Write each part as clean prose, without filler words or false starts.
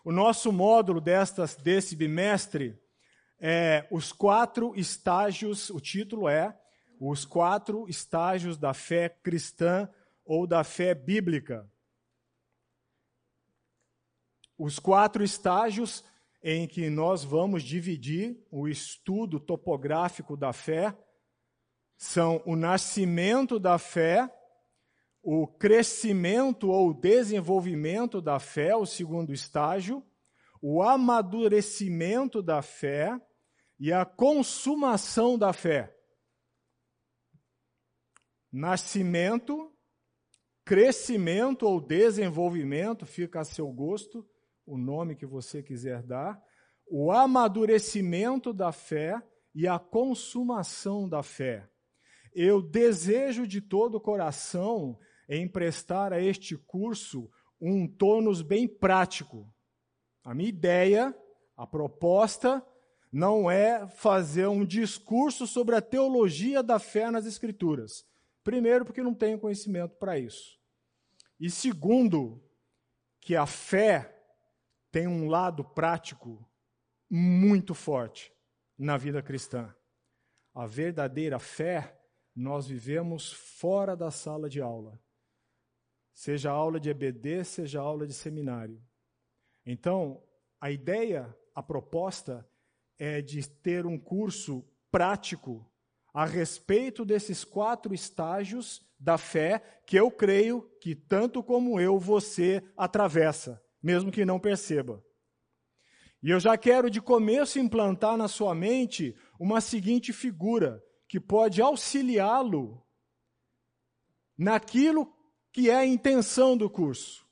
O nosso módulo desse bimestre é Os 4 Estágios, o título é Os 4 Estágios da Fé Cristã ou da Fé Bíblica. Os 4 estágios em que nós vamos dividir o estudo topográfico da fé são o nascimento da fé, o crescimento ou desenvolvimento da fé, o segundo estágio, o amadurecimento da fé e a consumação da fé. Nascimento, crescimento ou desenvolvimento, fica a seu gosto, o nome que você quiser dar, o amadurecimento da fé e a consumação da fé. Eu desejo de todo o coração emprestar a este curso um tônus bem prático. A minha ideia, a proposta, não é fazer um discurso sobre a teologia da fé nas Escrituras. Primeiro, porque não tenho conhecimento para isso. E segundo, que a fé tem um lado prático muito forte na vida cristã. A verdadeira fé nós vivemos fora da sala de aula. Seja aula de EBD, seja aula de seminário. Então, a ideia, a proposta é de ter um curso prático a respeito desses 4 estágios da fé que eu creio que tanto como eu, você atravessa, mesmo que não perceba. E eu já quero de começo implantar na sua mente uma seguinte figura que pode auxiliá-lo naquilo que é a intenção do curso.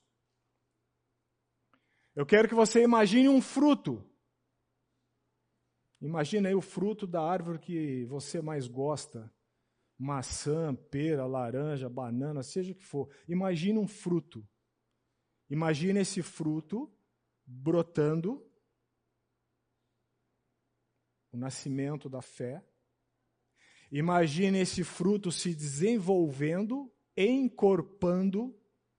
Eu quero que você imagine um fruto. Imagina aí o fruto da árvore que você mais gosta. Maçã, pera, laranja, banana, seja o que for. Imagine um fruto. Imagine esse fruto brotando, o nascimento da fé. Imagine esse fruto se desenvolvendo, encorpando.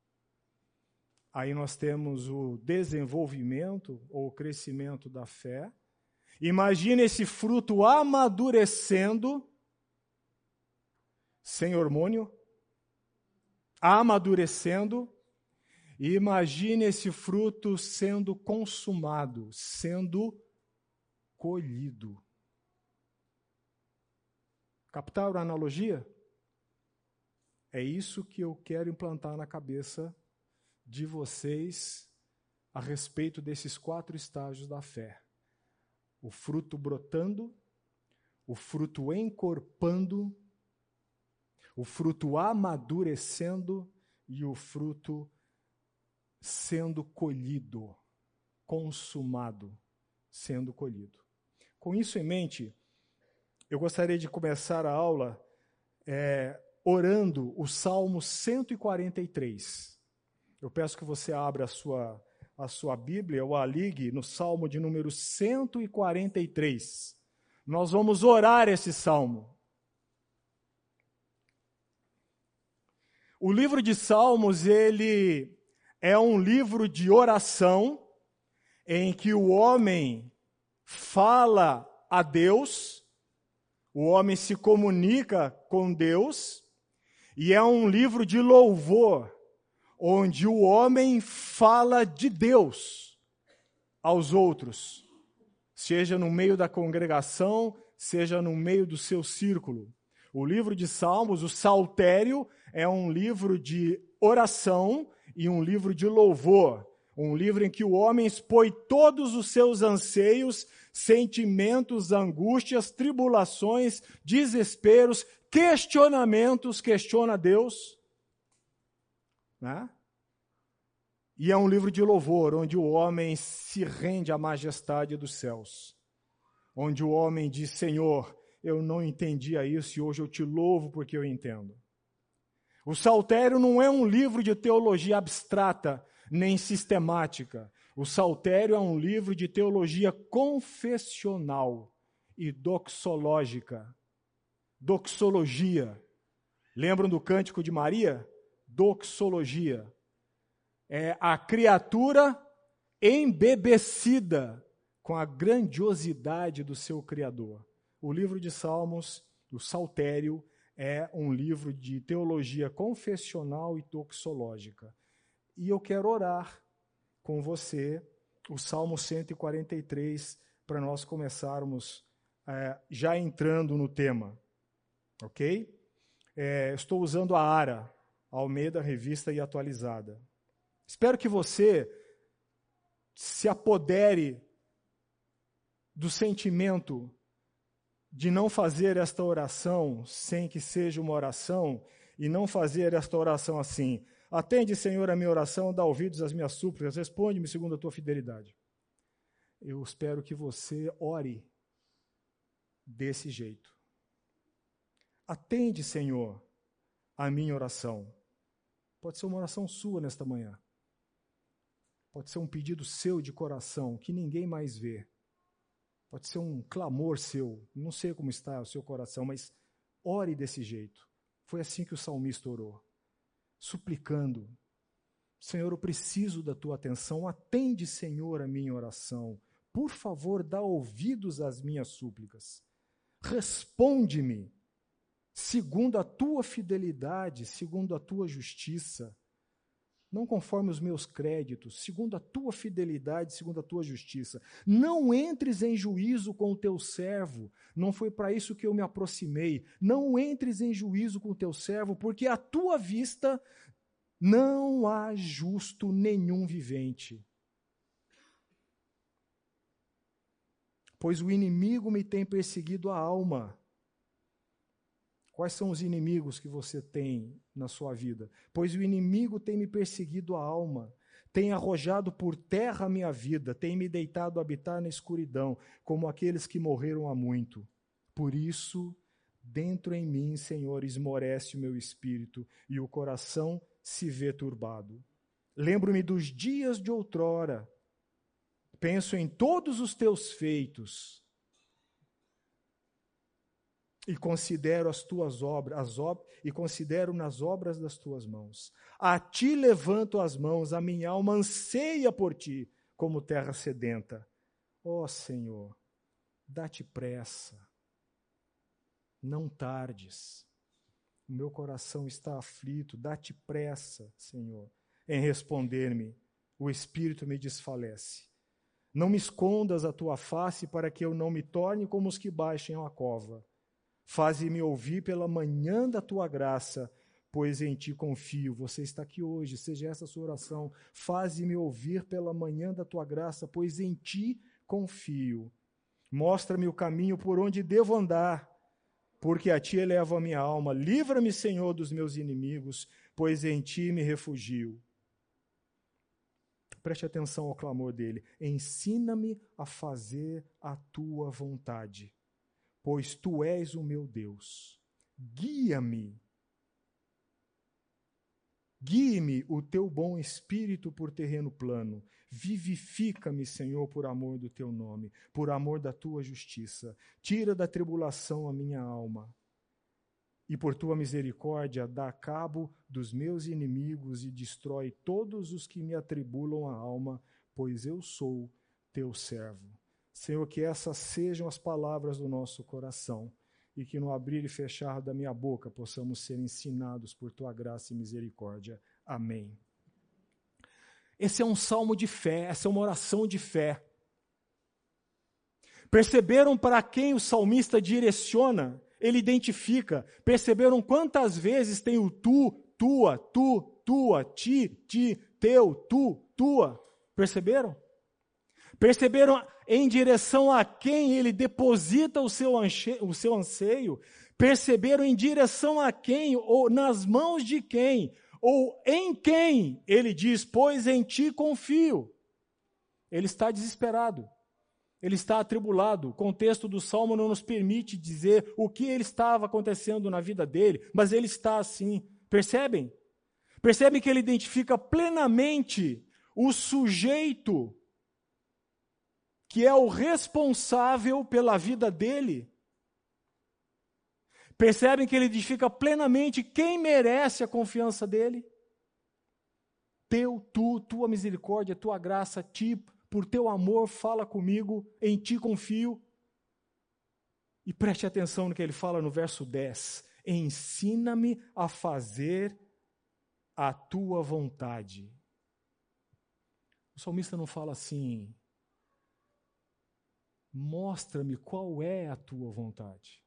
Aí nós temos o desenvolvimento ou o crescimento da fé. Imagine esse fruto amadurecendo, sem hormônio, amadurecendo. E imagine esse fruto sendo consumado, sendo colhido. Captaram a analogia? É isso que eu quero implantar na cabeça de vocês a respeito desses 4 estágios da fé. O fruto brotando, o fruto encorpando, o fruto amadurecendo e o fruto sendo colhido, consumado, sendo colhido. Com isso em mente, eu gostaria de começar a aula orando o Salmo 143. Eu peço que você abra a sua Bíblia ou a ligue no Salmo de número 143. Nós vamos orar esse Salmo. O livro de Salmos, ele é um livro de oração em que o homem fala a Deus, o homem se comunica com Deus, e é um livro de louvor, onde o homem fala de Deus aos outros, seja no meio da congregação, seja no meio do seu círculo. O livro de Salmos, o Saltério, é um livro de oração e um livro de louvor, um livro em que o homem expõe todos os seus anseios, sentimentos, angústias, tribulações, desesperos, questionamentos, questiona Deus, né? E é um livro de louvor, onde o homem se rende à majestade dos céus. Onde o homem diz, Senhor, eu não entendia isso e hoje eu te louvo porque eu entendo. O Saltério não é um livro de teologia abstrata, nem sistemática. O Saltério é um livro de teologia confessional e doxológica. Doxologia. Lembram do Cântico de Maria? Doxologia. É a criatura embebecida com a grandiosidade do seu Criador. O livro de Salmos, o Saltério, é um livro de teologia confessional e doxológica. E eu quero orar com você o Salmo 143, para nós começarmos já entrando no tema. Ok? Estou usando a ARA, Almeida Revista e Atualizada. Espero que você se apodere do sentimento de não fazer esta oração sem que seja uma oração, e não fazer esta oração assim: atende, Senhor, a minha oração, dá ouvidos às minhas súplicas, responde-me segundo a tua fidelidade. Eu espero que você ore desse jeito. Atende, Senhor, a minha oração. Pode ser uma oração sua nesta manhã. Pode ser um pedido seu de coração, que ninguém mais vê. Pode ser um clamor seu. Não sei como está o seu coração, mas ore desse jeito. Foi assim que o salmista orou. Suplicando: Senhor, eu preciso da tua atenção. Atende, Senhor, a minha oração. Por favor, dá ouvidos às minhas súplicas. Responde-me segundo a tua fidelidade, segundo a tua justiça. Não conforme os meus créditos, segundo a tua fidelidade, segundo a tua justiça. Não entres em juízo com o teu servo. Não foi para isso que eu me aproximei. Não entres em juízo com o teu servo, porque à tua vista não há justo nenhum vivente. Pois o inimigo me tem perseguido a alma. Quais são os inimigos que você tem na sua vida? Pois o inimigo tem me perseguido a alma, tem arrojado por terra a minha vida, tem me deitado a habitar na escuridão, como aqueles que morreram há muito. Por isso, dentro em mim, Senhor, esmorece o meu espírito, e o coração se vê turbado. Lembro-me dos dias de outrora, penso em todos os teus feitos, e considero as tuas obras, e considero nas obras das tuas mãos. A ti levanto as mãos, a minha alma anseia por ti, como terra sedenta. Ó Senhor, dá-te pressa, não tardes. O meu coração está aflito, dá-te pressa, Senhor, em responder-me. O espírito me desfalece. Não me escondas a tua face para que eu não me torne como os que baixam a cova. Faze-me ouvir pela manhã da tua graça, pois em ti confio. Você está aqui hoje, seja essa a sua oração. Faze-me ouvir pela manhã da tua graça, pois em ti confio. Mostra-me o caminho por onde devo andar, porque a ti elevo a minha alma. Livra-me, Senhor, dos meus inimigos, pois em ti me refugio. Preste atenção ao clamor dele. Ensina-me a fazer a tua vontade, pois tu és o meu Deus. Guia-me. Guie-me o teu bom espírito por terreno plano. Vivifica-me, Senhor, por amor do teu nome, por amor da tua justiça. Tira da tribulação a minha alma. E por tua misericórdia, dá cabo dos meus inimigos e destrói todos os que me atribulam a alma, pois eu sou teu servo. Senhor, que essas sejam as palavras do nosso coração e que no abrir e fechar da minha boca possamos ser ensinados por tua graça e misericórdia. Amém. Esse é um salmo de fé, essa é uma oração de fé. Perceberam para quem o salmista direciona? Ele identifica. Perceberam quantas vezes tem o tu, tua, ti, teu, tu, tua? Perceberam? Perceberam em direção a quem ele deposita o seu anseio? Perceberam em direção a quem, ou nas mãos de quem, ou em quem ele diz, pois em ti confio. Ele está desesperado, ele está atribulado. O contexto do Salmo não nos permite dizer o que ele estava acontecendo na vida dele, mas ele está assim. Percebem? Percebem que ele identifica plenamente o sujeito que é o responsável pela vida dele. Percebem que ele identifica plenamente quem merece a confiança dele? tua misericórdia, tua graça, por teu amor, fala comigo, em ti confio. E preste atenção no que ele fala no verso 10. Ensina-me a fazer a tua vontade. O salmista não fala assim, mostra-me qual é a tua vontade.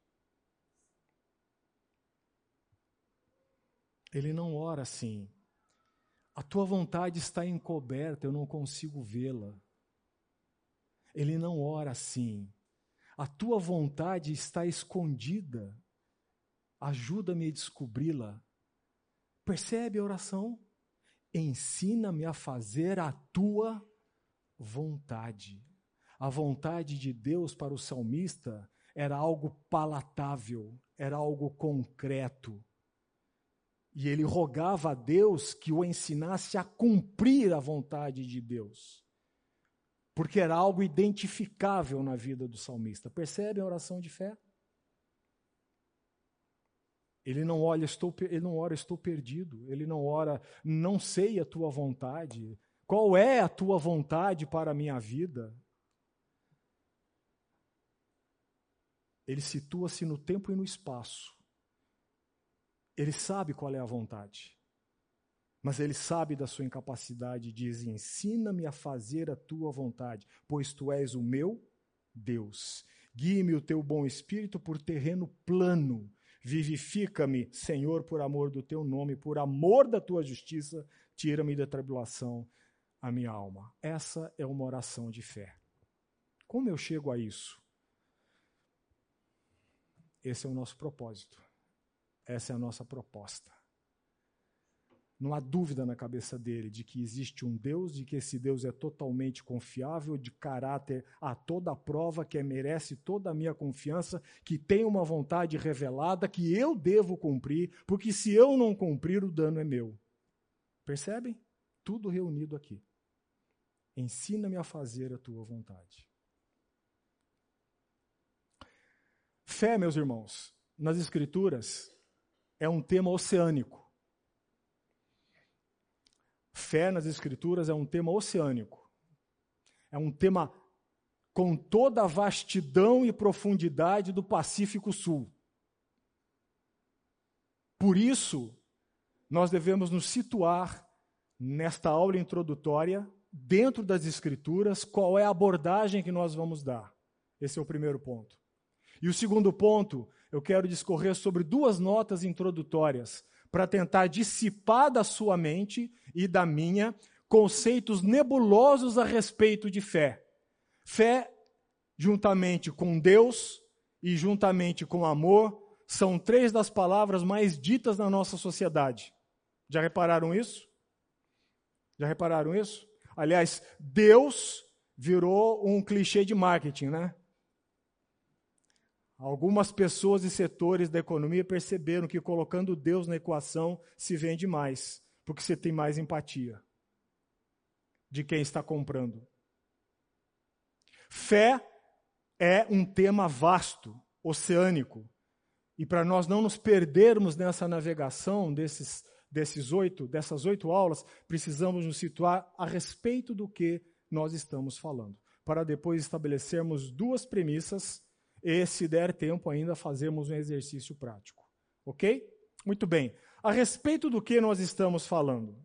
Ele não ora assim, a tua vontade está encoberta, eu não consigo vê-la. Ele não ora assim, a tua vontade está escondida, ajuda-me a descobri-la. Percebe a oração? Ensina-me a fazer a tua vontade. A vontade de Deus para o salmista era algo palatável, era algo concreto. E ele rogava a Deus que o ensinasse a cumprir a vontade de Deus. Porque era algo identificável na vida do salmista. Percebe a oração de fé? Ele não ora, estou perdido. Ele não ora, não sei a tua vontade. Qual é a tua vontade para a minha vida? Ele situa-se no tempo e no espaço. Ele sabe qual é a vontade. Mas ele sabe da sua incapacidade e diz, ensina-me a fazer a tua vontade, pois tu és o meu Deus. Guie-me o teu bom espírito por terreno plano. Vivifica-me, Senhor, por amor do teu nome, por amor da tua justiça, tira-me da tribulação a minha alma. Essa é uma oração de fé. Como eu chego a isso? Esse é o nosso propósito. Essa é a nossa proposta. Não há dúvida na cabeça dele de que existe um Deus, de que esse Deus é totalmente confiável, de caráter a toda prova, que merece toda a minha confiança, que tem uma vontade revelada que eu devo cumprir, porque se eu não cumprir, o dano é meu. Percebem? Tudo reunido aqui. Ensina-me a fazer a tua vontade. Fé, meus irmãos, nas Escrituras, é um tema oceânico. Fé nas Escrituras é um tema oceânico. É um tema com toda a vastidão e profundidade do Pacífico Sul. Por isso, nós devemos nos situar nesta aula introdutória, dentro das Escrituras, qual é a abordagem que nós vamos dar. Esse é o primeiro ponto. E o segundo ponto, eu quero discorrer sobre duas notas introdutórias, para tentar dissipar da sua mente e da minha conceitos nebulosos a respeito de fé. Fé, juntamente com Deus e juntamente com amor, são três das palavras mais ditas na nossa sociedade. Já repararam isso? Já repararam isso? Aliás, Deus virou um clichê de marketing, né? Algumas pessoas e setores da economia perceberam que colocando Deus na equação se vende mais, porque você tem mais empatia de quem está comprando. Fé é um tema vasto, oceânico, e para nós não nos perdermos nessa navegação dessas 8 aulas, precisamos nos situar a respeito do que nós estamos falando, para depois estabelecermos duas premissas e, se der tempo ainda, fazermos um exercício prático. Ok? Muito bem. A respeito do que nós estamos falando?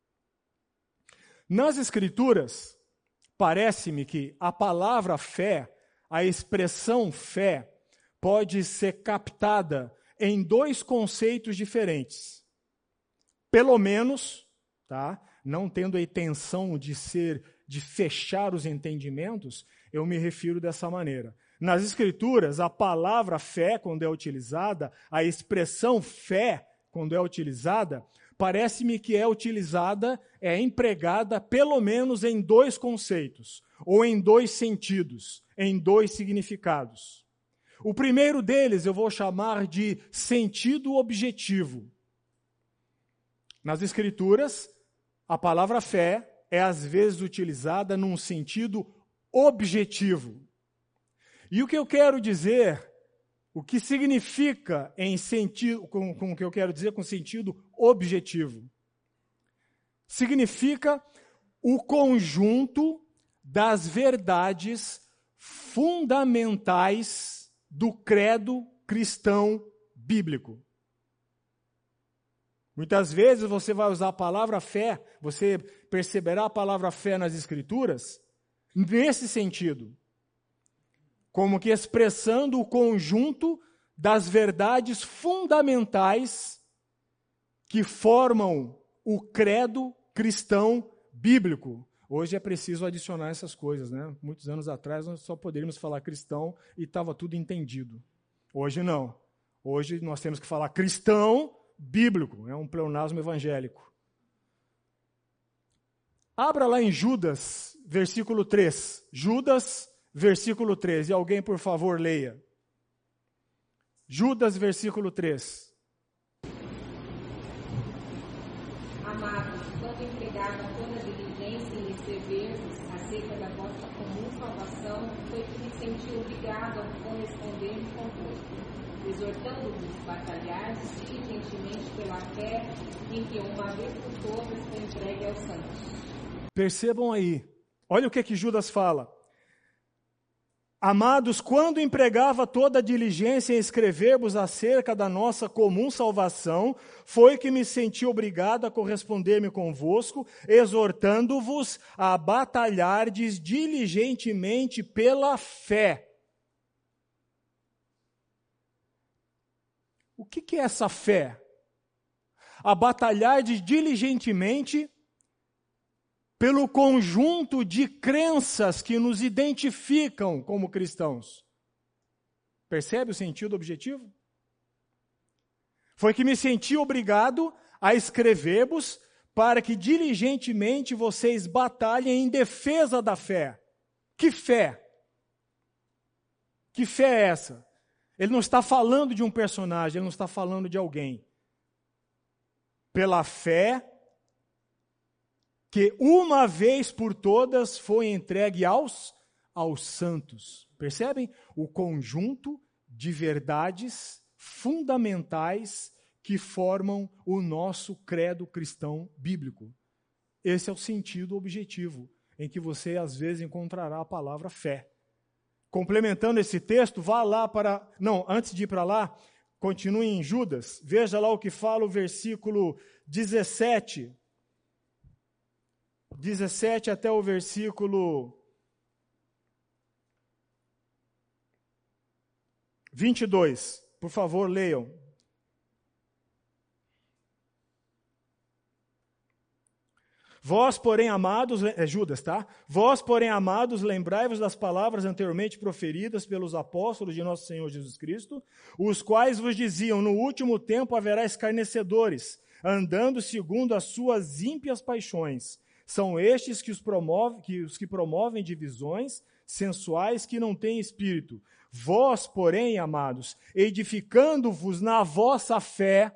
Nas Escrituras, parece-me que a palavra fé, a expressão fé, pode ser captada em dois conceitos diferentes. Pelo menos, tá? Não tendo a intenção de fechar os entendimentos, eu me refiro dessa maneira. Nas Escrituras, a palavra fé, quando é utilizada, a expressão fé, quando é utilizada, parece-me que é empregada pelo menos em dois conceitos, ou em dois sentidos, em dois significados. O primeiro deles eu vou chamar de sentido objetivo. Nas Escrituras, a palavra fé é às vezes utilizada num sentido objetivo. E o que eu quero dizer, o que significa com o que eu quero dizer com sentido objetivo? significa o conjunto das verdades fundamentais do credo cristão bíblico. Muitas vezes você vai usar a palavra fé, você perceberá a palavra fé nas Escrituras, nesse sentido, como que expressando o conjunto das verdades fundamentais que formam o credo cristão bíblico. Hoje é preciso adicionar essas coisas, né? Muitos anos atrás nós só poderíamos falar cristão e estava tudo entendido. Hoje não. Hoje nós temos que falar cristão bíblico, é um pleonasmo evangélico. Abra lá em Judas, versículo 3. Judas, versículo 3. E alguém, por favor, leia. Judas, versículo 3. Amados, quando empregaram toda a diligência em receber-vos acerca da vossa comum salvação, foi que me senti obrigado a corresponder convosco, exortando-vos a batalhar diligentemente pela fé em que uma vez por todas foi entregue aos santos. Percebam aí, olha o que Judas fala. Amados, quando empregava toda a diligência em escrever-vos acerca da nossa comum salvação, foi que me senti obrigado a corresponder-me convosco, exortando-vos a batalhardes diligentemente pela fé. O que é essa fé? A batalhardes diligentemente pelo conjunto de crenças que nos identificam como cristãos. Percebe o sentido objetivo? Foi que me senti obrigado a escrever-vos para que diligentemente vocês batalhem em defesa da fé. Que fé? Que fé é essa? Ele não está falando de um personagem, ele não está falando de alguém. Pela fé que uma vez por todas foi entregue aos santos. Percebem? O conjunto de verdades fundamentais que formam o nosso credo cristão bíblico. Esse é o sentido objetivo em que você às vezes encontrará a palavra fé. Complementando esse texto, vá lá para... Não, antes de ir para lá, continue em Judas. Veja lá o que fala o versículo 17 até o versículo 22. Por favor, leiam. Vós, porém, amados, Judas, tá? Vós, porém, amados, lembrai-vos das palavras anteriormente proferidas pelos apóstolos de nosso Senhor Jesus Cristo, os quais vos diziam, no último tempo haverá escarnecedores, andando segundo as suas ímpias paixões. São estes que os que promovem divisões sensuais que não têm espírito. Vós, porém, amados, edificando-vos na vossa fé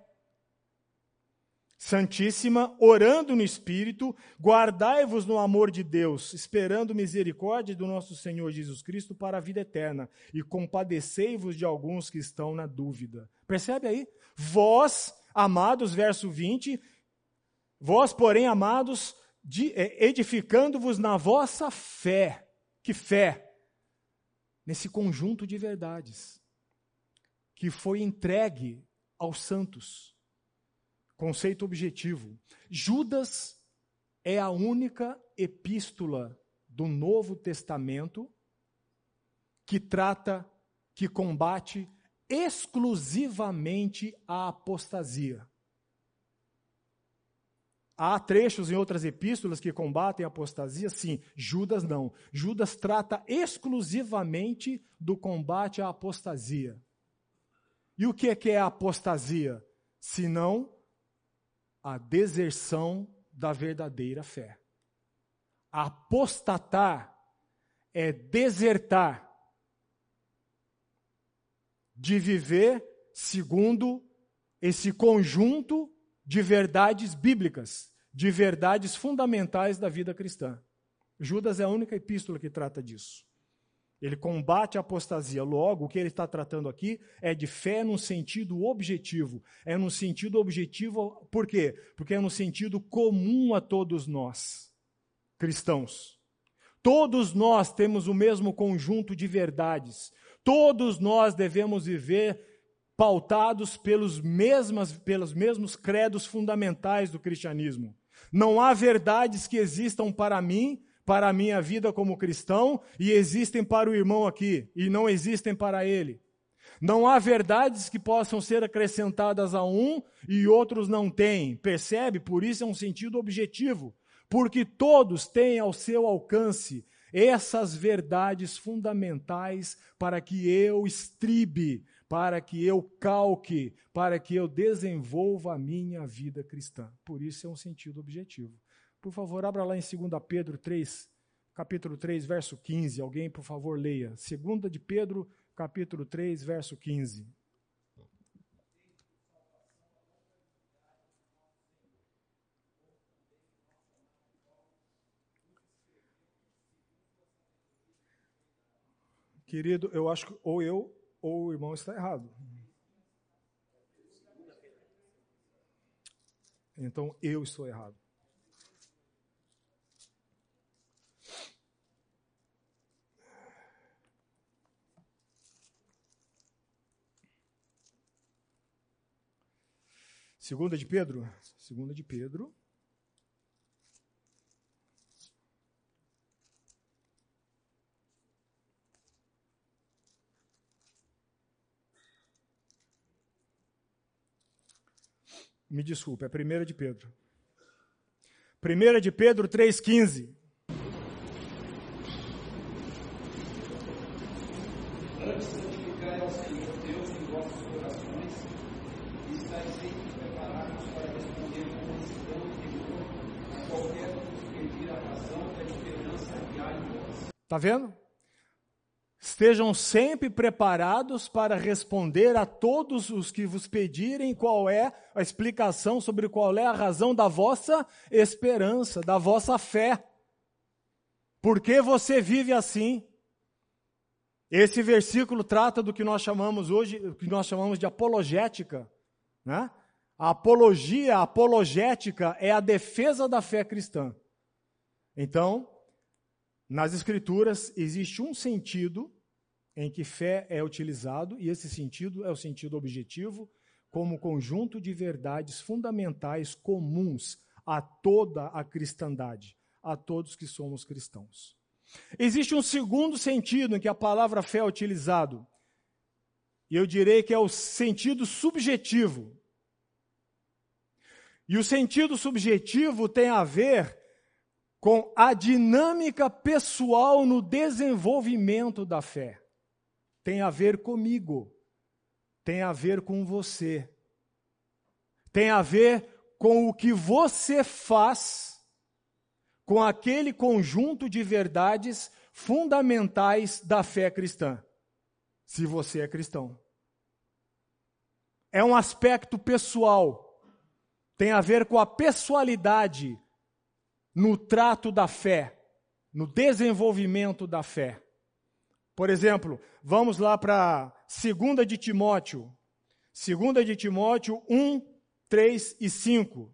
santíssima, orando no Espírito, guardai-vos no amor de Deus, esperando misericórdia do nosso Senhor Jesus Cristo para a vida eterna, e compadecei-vos de alguns que estão na dúvida. Percebe aí? Vós, amados, verso 20, vós, porém, amados, edificando-vos na vossa fé. Que fé? Nesse conjunto de verdades que foi entregue aos santos. Conceito objetivo. Judas é a única epístola do Novo Testamento que combate exclusivamente a apostasia. Há trechos em outras epístolas que combatem a apostasia? Sim, Judas não. Judas trata exclusivamente do combate à apostasia. E o que é a apostasia? Senão a deserção da verdadeira fé. Apostatar é desertar de viver segundo esse conjunto de verdades bíblicas, de verdades fundamentais da vida cristã. Judas é a única epístola que trata disso. Ele combate a apostasia. Logo, o que ele está tratando aqui é de fé num sentido objetivo. É num sentido objetivo, por quê? Porque é no sentido comum a todos nós, cristãos. Todos nós temos o mesmo conjunto de verdades. Todos nós devemos viver pautados pelos mesmos credos fundamentais do cristianismo. Não há verdades que existam para mim, para a minha vida como cristão, e existem para o irmão aqui, e não existem para ele. Não há verdades que possam ser acrescentadas a um e outros não têm. Percebe? Por isso é um sentido objetivo. Porque todos têm ao seu alcance essas verdades fundamentais para que eu estribe, para que eu calque, para que eu desenvolva a minha vida cristã. Por isso é um sentido objetivo. Por favor, abra lá em 2 Pedro 3, capítulo 3, verso 15. Alguém, por favor, leia. 2 de Pedro, capítulo 3, verso 15. Querido, eu acho que ou eu ou o irmão está errado. Então, eu estou errado. Segunda de Pedro. Me desculpe, é 1 de Pedro. 1 de Pedro 3,15. Antes santificai ao Senhor Deus em vossos corações, e estáis sempre preparados para responder com mansidão e temor a qualquer que vos pedir a razão da esperança que há em vós. Está vendo? Estejam sempre preparados para responder a todos os que vos pedirem qual é a explicação sobre qual é a razão da vossa esperança, da vossa fé. Por que você vive assim? Esse versículo trata do que nós chamamos hoje, o que nós chamamos de apologética, né? A apologia, a apologética é a defesa da fé cristã. Então, nas Escrituras existe um sentido em que fé é utilizado, e esse sentido é o sentido objetivo, como conjunto de verdades fundamentais comuns a toda a cristandade, a todos que somos cristãos. Existe um segundo sentido em que a palavra fé é utilizado, e eu direi que é o sentido subjetivo. E o sentido subjetivo tem a ver com a dinâmica pessoal no desenvolvimento da fé. Tem a ver comigo, tem a ver com você, tem a ver com o que você faz com aquele conjunto de verdades fundamentais da fé cristã, se você é cristão. É um aspecto pessoal, tem a ver com a pessoalidade no trato da fé, no desenvolvimento da fé. Por exemplo, vamos lá para 2 de Timóteo. 2 de Timóteo 1, 3 e 5.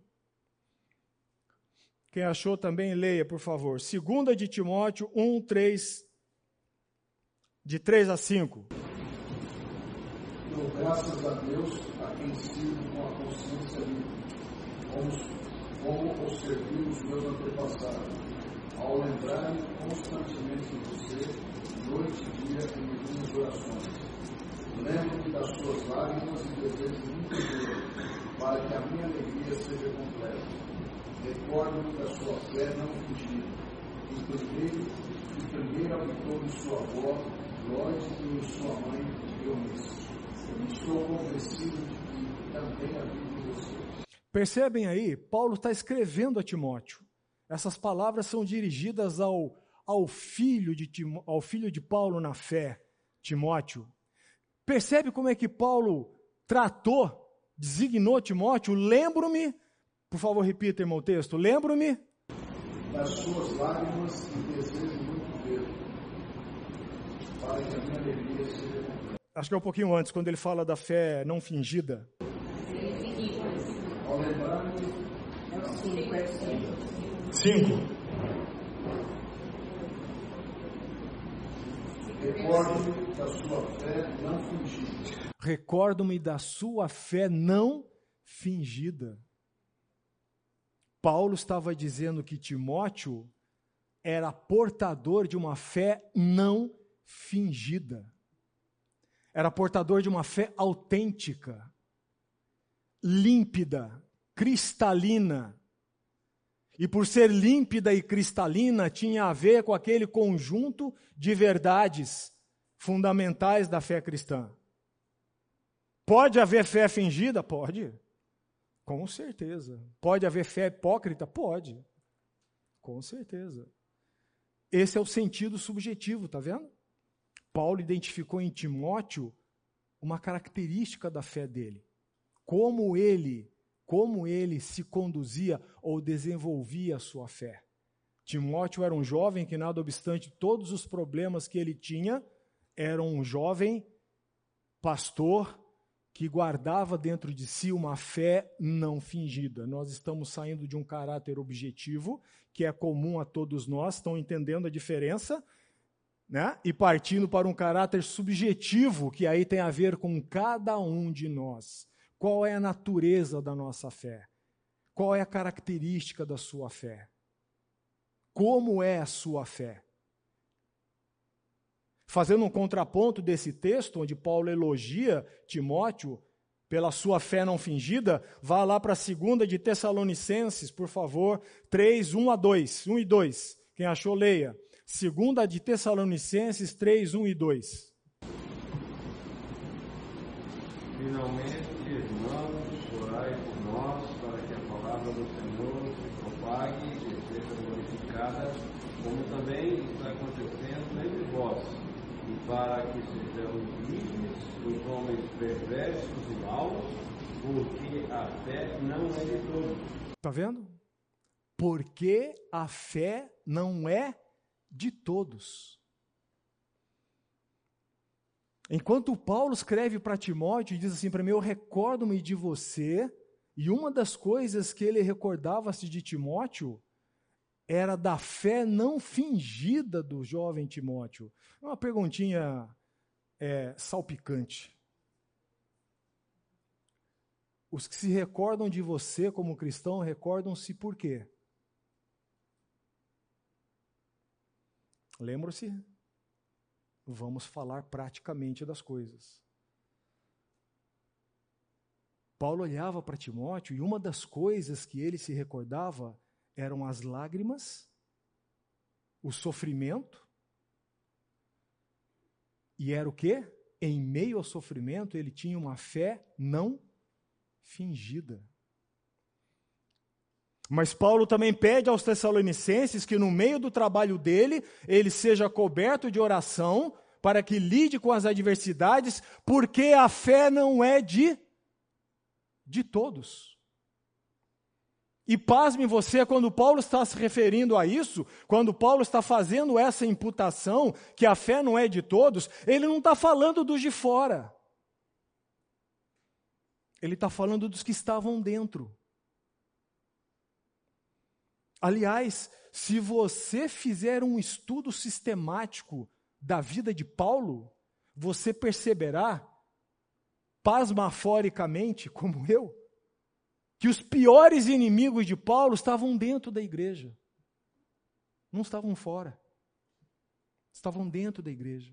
Quem achou também, leia, por favor. 2 de Timóteo 1, 3, de 3 a 5. Dou graças a Deus, a quem sirvo com a consciência livre, como os serviu os meus antepassados, ao lembrarem constantemente de você, noite e dia, em minhas orações. Lembro-me das suas lágrimas e desejo muito dele, para que a minha alegria seja completa. Recordo-me da sua fé não fingida, que primeiro habitou em sua avó, Lóide, e em sua mãe, Eunice. Estou convencido de que também habito em você. Percebem aí, Paulo está escrevendo a Timóteo. Essas palavras são dirigidas ao filho de Paulo na fé, Timóteo. Percebe como é que Paulo tratou, designou Timóteo? Lembro-me, por favor, repita, irmão, o texto. Lembro-me das suas lágrimas e desejo muito dele, para que a minha alegria seja completa. Acho que é um pouquinho antes, quando ele fala da fé não fingida. Ao lembrar-me, 5. recordo-me da sua fé não fingida. Recordo-me da sua fé não fingida. Paulo estava dizendo que Timóteo era portador de uma fé não fingida. Era portador de uma fé autêntica, límpida, cristalina. E por ser límpida e cristalina, tinha a ver com aquele conjunto de verdades fundamentais da fé cristã. Pode haver fé fingida? Pode. Com certeza. Pode haver fé hipócrita? Pode. Com certeza. Esse é o sentido subjetivo, tá vendo? Paulo identificou em Timóteo uma característica da fé dele. Como ele se conduzia ou desenvolvia a sua fé. Timóteo era um jovem que, nada obstante todos os problemas que ele tinha, era um jovem pastor que guardava dentro de si uma fé não fingida. Nós estamos saindo de um caráter objetivo, que é comum a todos nós, estão entendendo a diferença, né? E partindo para um caráter subjetivo, que aí tem a ver com cada um de nós. Qual é a natureza da nossa fé? Qual é a característica da sua fé? Como é a sua fé? Fazendo um contraponto desse texto, onde Paulo elogia Timóteo pela sua fé não fingida, vá lá para a 2 de Tessalonicenses, por favor, 3, 1 e 2. Quem achou, leia. 2 de Tessalonicenses 3, 1 e 2. Finalmente, irmãos, orai por nós, para que a palavra do Senhor se propague e seja glorificada, como também está acontecendo entre vós, e para que sejamos livres dos homens perversos e maus, porque a fé não é de todos. Está vendo? Porque a fé não é de todos. Enquanto Paulo escreve para Timóteo e diz assim para mim, eu recordo-me de você, e uma das coisas que ele recordava-se de Timóteo era da fé não fingida do jovem Timóteo. Uma perguntinha salpicante. Os que se recordam de você como cristão, recordam-se por quê? Lembram-se? Vamos falar praticamente das coisas. Paulo olhava para Timóteo e uma das coisas que ele se recordava eram as lágrimas, o sofrimento, e era o quê? Em meio ao sofrimento ele tinha uma fé não fingida. Mas Paulo também pede aos Tessalonicenses que no meio do trabalho dele, ele seja coberto de oração para que lide com as adversidades, porque a fé não é de todos. E pasme você, quando Paulo está se referindo a isso, quando Paulo está fazendo essa imputação, que a fé não é de todos, ele não está falando dos de fora. Ele está falando dos que estavam dentro. Aliás, se você fizer um estudo sistemático da vida de Paulo, você perceberá, pasmaforicamente, como eu, que os piores inimigos de Paulo estavam dentro da igreja. Não estavam fora. Estavam dentro da igreja.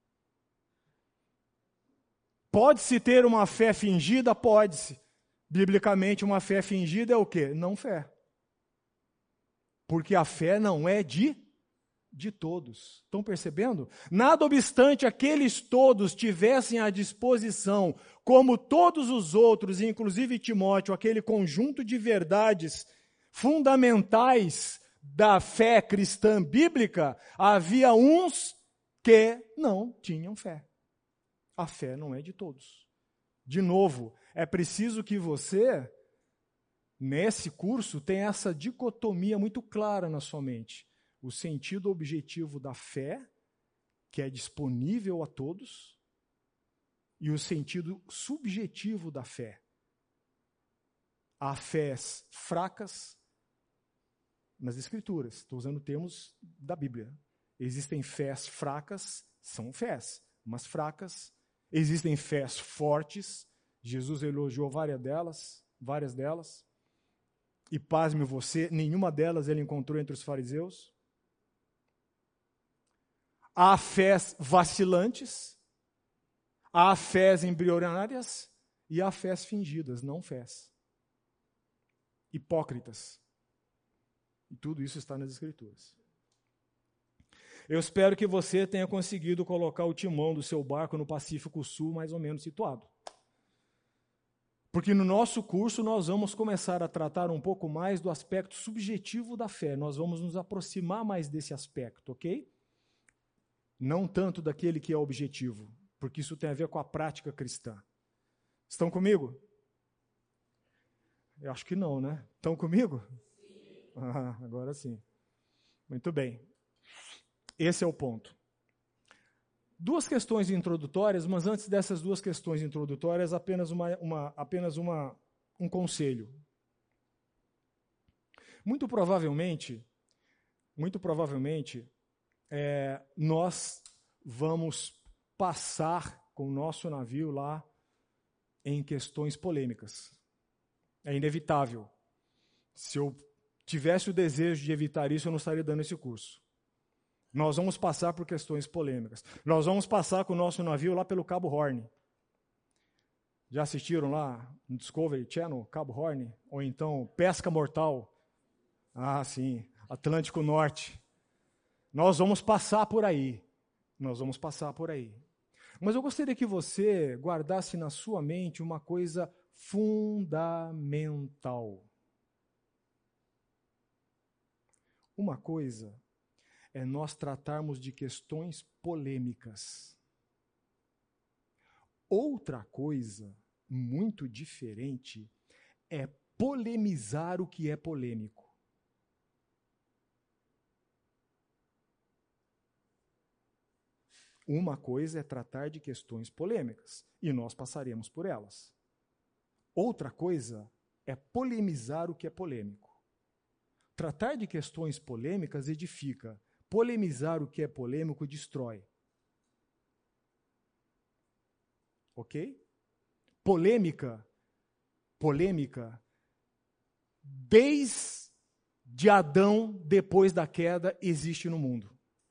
Pode-se ter uma fé fingida? Pode-se. Biblicamente, uma fé fingida é o quê? Não fé. Porque a fé não é de todos. Estão percebendo? Nada obstante aqueles todos tivessem à disposição, como todos os outros, inclusive Timóteo, aquele conjunto de verdades fundamentais da fé cristã bíblica, havia uns que não tinham fé. A fé não é de todos. De novo, é preciso que você, nesse curso, tenha essa dicotomia muito clara na sua mente. O sentido objetivo da fé que é disponível a todos, e o sentido subjetivo da fé. Há fés fracas nas Escrituras. Estou usando termos da Bíblia. Existem fés fracas, são fés, mas fracas. Existem fés fortes. Jesus elogiou várias delas. E pasme você, nenhuma delas ele encontrou entre os fariseus. Há fés vacilantes, há fés embrionárias e há fés fingidas, não fés. Hipócritas. E tudo isso está nas Escrituras. Eu espero que você tenha conseguido colocar o timão do seu barco no Pacífico Sul mais ou menos situado. Porque no nosso curso nós vamos começar a tratar um pouco mais do aspecto subjetivo da fé. Nós vamos nos aproximar mais desse aspecto, ok? Não tanto daquele que é objetivo, porque isso tem a ver com a prática cristã. Estão comigo? Eu acho que não, né? Estão comigo? Sim. Agora sim. Muito bem. Esse é o ponto. Duas questões introdutórias, mas antes dessas duas questões introdutórias, apenas um conselho. Muito provavelmente, nós vamos passar com o nosso navio lá em questões polêmicas. É inevitável. Se eu tivesse o desejo de evitar isso, eu não estaria dando esse curso. Nós vamos passar por questões polêmicas. Nós vamos passar com o nosso navio lá pelo Cabo Horn. Já assistiram lá no Discovery Channel, Cabo Horn? Ou então Pesca Mortal? Ah, sim, Atlântico Norte. Nós vamos passar por aí. Mas eu gostaria que você guardasse na sua mente uma coisa fundamental. Uma coisa é nós tratarmos de questões polêmicas. Outra coisa, muito diferente, é polemizar o que é polêmico. Uma coisa é tratar de questões polêmicas, e nós passaremos por elas. Outra coisa é polemizar o que é polêmico. Tratar de questões polêmicas edifica. Polemizar o que é polêmico destrói. Ok? Polêmica, desde Adão, depois da queda, existe no mundo.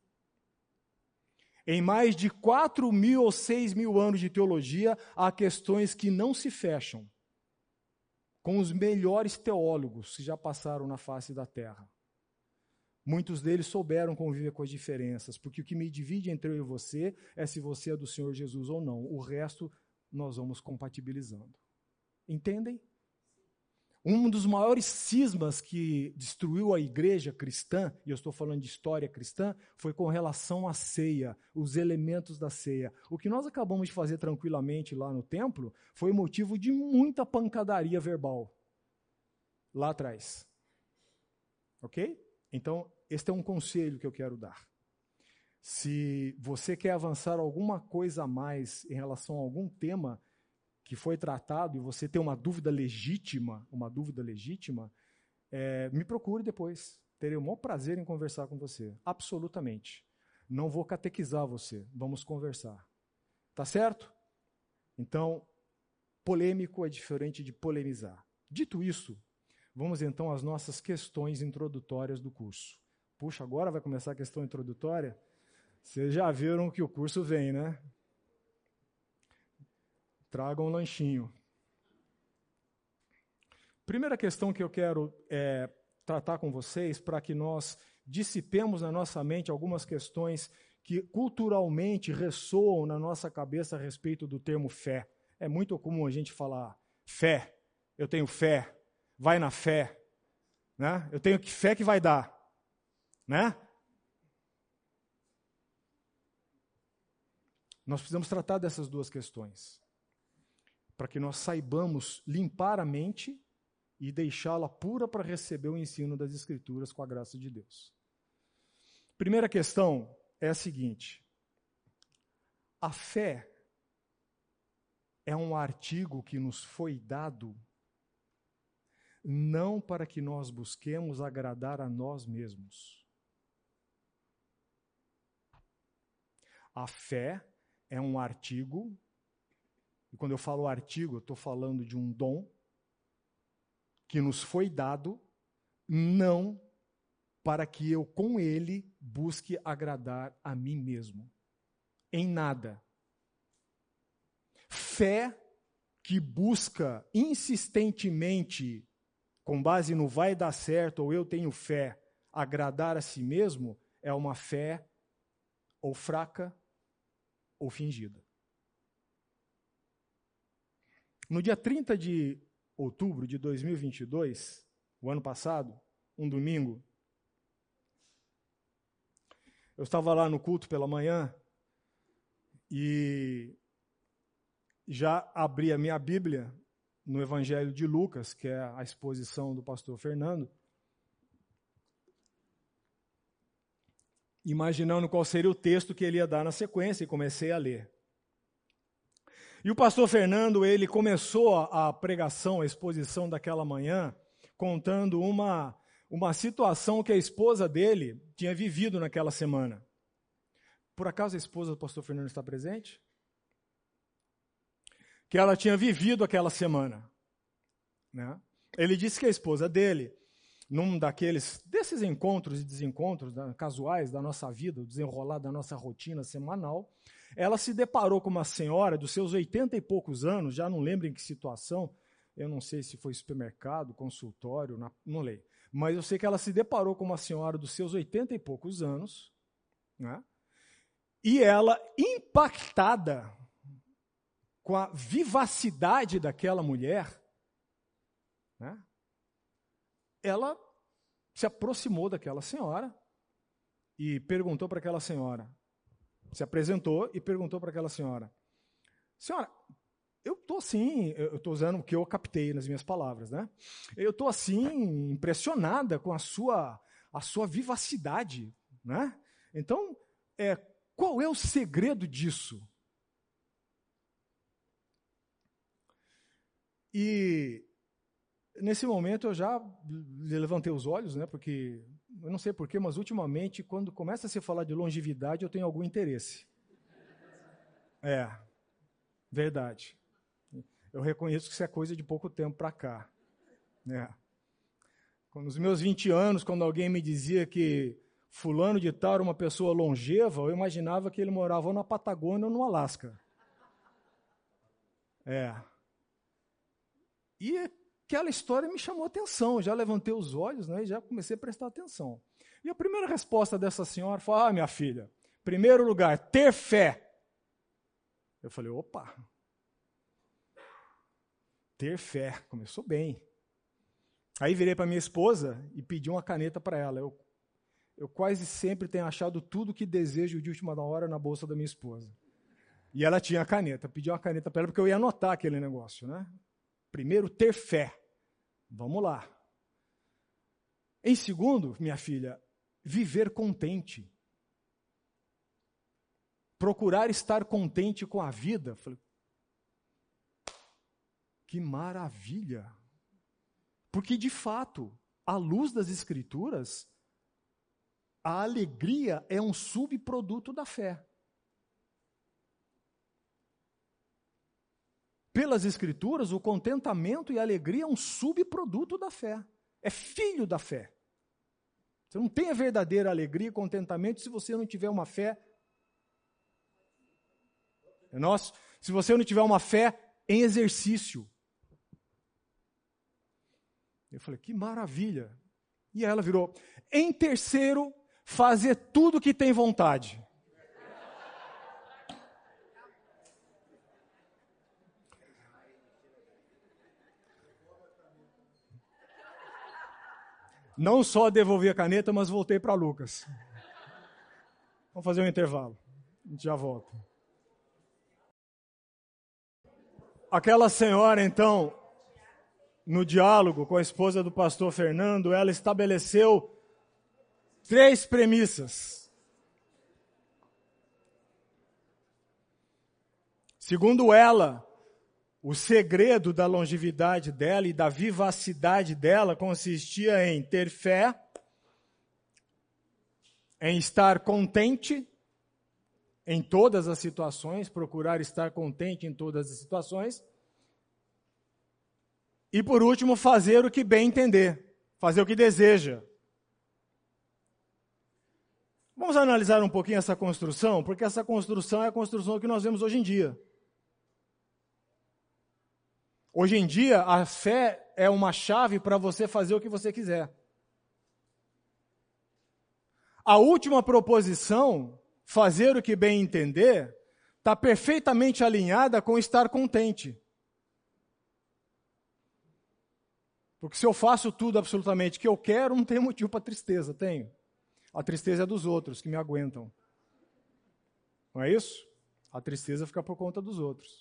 Em mais de 4.000 ou 6.000 anos de teologia, há questões que não se fecham com os melhores teólogos que já passaram na face da terra. Muitos deles souberam conviver com as diferenças, porque o que me divide entre eu e você é se você é do Senhor Jesus ou não. O resto nós vamos compatibilizando. Entendem? Um dos maiores cismas que destruiu a igreja cristã, e eu estou falando de história cristã, foi com relação à ceia, os elementos da ceia. O que nós acabamos de fazer tranquilamente lá no templo foi motivo de muita pancadaria verbal lá atrás. Ok? Então, este é um conselho que eu quero dar. Se você quer avançar alguma coisa a mais em relação a algum tema que foi tratado e você tem uma dúvida legítima, me procure depois. Terei o maior prazer em conversar com você. Absolutamente. Não vou catequizar você. Vamos conversar. Tá certo? Então, polêmico é diferente de polemizar. Dito isso, vamos então às nossas questões introdutórias do curso. Puxa, agora vai começar a questão introdutória? Vocês já viram que o curso vem, né? Tragam um lanchinho. Primeira questão que eu quero tratar com vocês, para que nós dissipemos na nossa mente algumas questões que culturalmente ressoam na nossa cabeça a respeito do termo fé. É muito comum a gente falar fé, eu tenho fé, vai na fé, né? Eu tenho fé que vai dar, né? Nós precisamos tratar dessas duas questões, para que nós saibamos limpar a mente e deixá-la pura para receber o ensino das Escrituras com a graça de Deus. Primeira questão é a seguinte: A fé é um artigo que nos foi dado não para que nós busquemos agradar a nós mesmos. A fé é um artigo, e quando eu falo artigo, eu estou falando de um dom que nos foi dado não para que eu com ele busque agradar a mim mesmo. Em nada. Fé que busca insistentemente, com base no vai dar certo ou eu tenho fé, agradar a si mesmo, é uma fé ou fraca ou fingida. No dia 30 de outubro de 2022, o ano passado, um domingo, eu estava lá no culto pela manhã e já abri a minha Bíblia no Evangelho de Lucas, que é a exposição do pastor Fernando, imaginando qual seria o texto que ele ia dar na sequência, e comecei a ler. E o pastor Fernando, ele começou a pregação, a exposição daquela manhã, contando uma situação que a esposa dele tinha vivido naquela semana. Por acaso a esposa do pastor Fernando está presente? Que ela tinha vivido aquela semana. Né? Ele disse que a esposa dele, num desses encontros e desencontros casuais da nossa vida, o desenrolar da nossa rotina semanal, ela se deparou com uma senhora dos seus 80 e poucos anos, já não lembro em que situação, eu não sei se foi supermercado, consultório, não lembro, mas eu sei que ela se deparou com uma senhora dos seus 80 e poucos anos, né? E ela, impactada com a vivacidade daquela mulher, né? Ela se aproximou daquela senhora e perguntou para aquela senhora, se apresentou e perguntou para aquela senhora, senhora, eu estou assim, eu estou usando o que eu captei nas minhas palavras, né? Eu estou assim, impressionada com a sua vivacidade, né? Então, qual é o segredo disso? E nesse momento eu já levantei os olhos, né? Porque eu não sei porquê, mas ultimamente, quando começa a se falar de longevidade, eu tenho algum interesse. Verdade. Eu reconheço que isso é coisa de pouco tempo para cá. Nos meus 20 anos, quando alguém me dizia que fulano de tal era uma pessoa longeva, eu imaginava que ele morava ou na Patagônia ou no Alasca. E aquela história me chamou a atenção, já levantei os olhos, né, e já comecei a prestar atenção. E a primeira resposta dessa senhora foi, minha filha, primeiro lugar, ter fé. Eu falei, opa, ter fé, começou bem. Aí virei para minha esposa e pedi uma caneta para ela. Eu quase sempre tenho achado tudo que desejo de última hora na bolsa da minha esposa. E ela tinha a caneta, pedi uma caneta para ela porque eu ia anotar aquele negócio, né? Primeiro, ter fé. Vamos lá. Em segundo, minha filha, viver contente. Procurar estar contente com a vida. Falei, que maravilha! Porque, de fato, à luz das Escrituras, a alegria é um subproduto da fé. Pelas Escrituras, o contentamento e a alegria é um subproduto da fé. É filho da fé. Você não tem a verdadeira alegria e contentamento se você não tiver uma fé. Se você não tiver uma fé em exercício. Eu falei, que maravilha. E ela virou, em terceiro, fazer tudo que tem vontade. Não só devolvi a caneta, mas voltei para Lucas. Vamos fazer um intervalo. A gente já volta. Aquela senhora, então, no diálogo com a esposa do pastor Fernando, ela estabeleceu 3 premissas. Segundo ela, o segredo da longevidade dela e da vivacidade dela consistia em ter fé, em estar contente em todas as situações, procurar estar contente em todas as situações. E, por último, fazer o que bem entender, fazer o que deseja. Vamos analisar um pouquinho essa construção, porque essa construção é a construção que nós vemos hoje em dia. Hoje em dia, a fé é uma chave para você fazer o que você quiser. A última proposição, fazer o que bem entender, está perfeitamente alinhada com estar contente. Porque se eu faço tudo absolutamente que eu quero, não tem motivo para tristeza, tenho. A tristeza é dos outros que me aguentam. Não é isso? A tristeza fica por conta dos outros.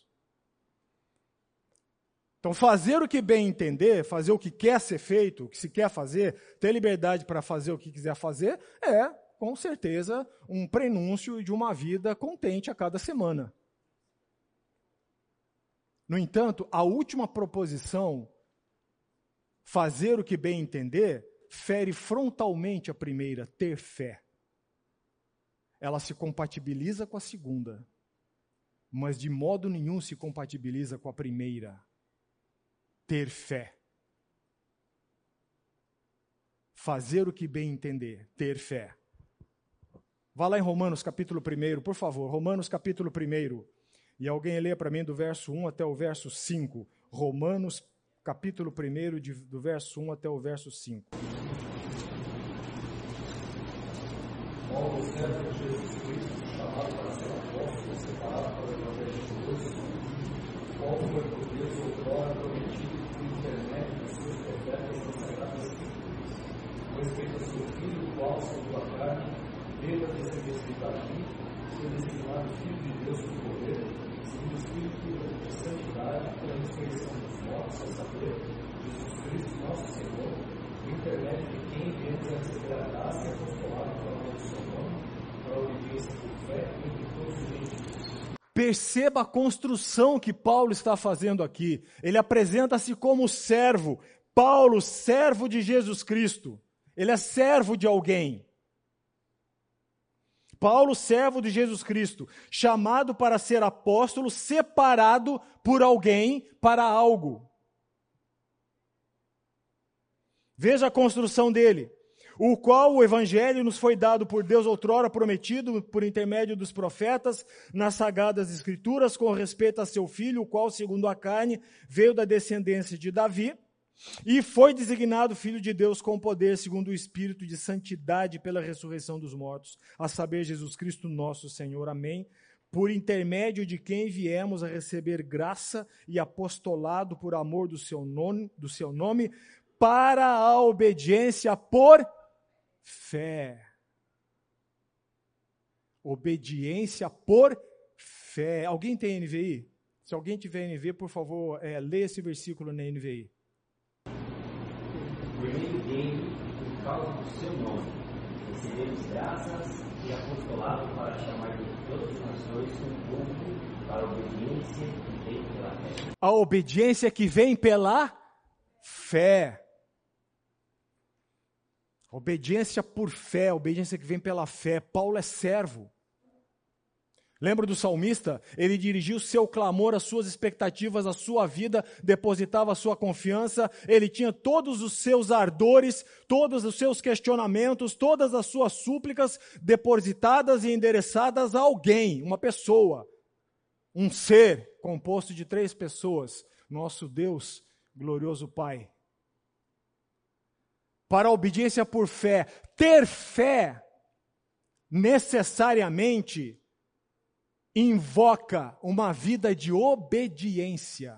Então, fazer o que bem entender, fazer o que quer ser feito, o que se quer fazer, ter liberdade para fazer o que quiser fazer, é, com certeza, um prenúncio de uma vida contente a cada semana. No entanto, a última proposição, fazer o que bem entender, fere frontalmente a primeira, ter fé. Ela se compatibiliza com a segunda, mas de modo nenhum se compatibiliza com a primeira, ter fé. Fazer o que bem entender, ter fé. Vá lá em Romanos capítulo 1, por favor, Romanos capítulo 1, e alguém lê para mim do verso 1 até o verso 5. Romanos capítulo 1, do verso 1 até o verso 5. Paulo, servo de Jesus Cristo, chamado para ser apóstolo, separado para o evangelho de Deus, qual foi por Deus outrora prometido por intermédio dos seus profetas nas Sagradas Escrituras, com respeito ao seu filho, o qual, segundo a carne, veio da descendência de Davi, foi designado Filho de Deus por poder, segundo o Espírito de santidade, pela ressurreição dos mortos, a saber, Jesus Cristo, nosso Senhor, por intermédio de quem viemos a receber a graça e apostolado pela mão do seu nome, para a obediência por fé entre todos os gentios. Perceba a construção que Paulo está fazendo aqui. Ele apresenta-se como servo. Paulo, servo de Jesus Cristo. Ele é servo de alguém. Paulo, servo de Jesus Cristo, chamado para ser apóstolo, separado por alguém para algo. Veja a construção dele. O qual o evangelho nos foi dado por Deus outrora prometido por intermédio dos profetas nas Sagradas Escrituras com respeito a seu filho, o qual, segundo a carne, veio da descendência de Davi e foi designado Filho de Deus com poder, segundo o Espírito de santidade pela ressurreição dos mortos, a saber, Jesus Cristo nosso Senhor. Amém. Por intermédio de quem viemos a receber graça e apostolado por amor do seu nome para a obediência por fé. Obediência por fé. Alguém tem NVI? Se alguém tiver NVI, por favor, leia esse versículo na NVI. Por meio dele, por causa do seu nome, recebemos graças e apostolado para chamar de todas as nações um povo para a obediência que vem pela fé. A obediência que vem pela fé. Obediência por fé, obediência que vem pela fé. Paulo é servo. Lembra do salmista? Ele dirigiu seu clamor, as suas expectativas, a sua vida, depositava a sua confiança, ele tinha todos os seus ardores, todos os seus questionamentos, todas as suas súplicas depositadas e endereçadas a alguém, uma pessoa, um ser composto de 3 pessoas, nosso Deus, glorioso Pai. Para a obediência por fé, ter fé necessariamente invoca uma vida de obediência.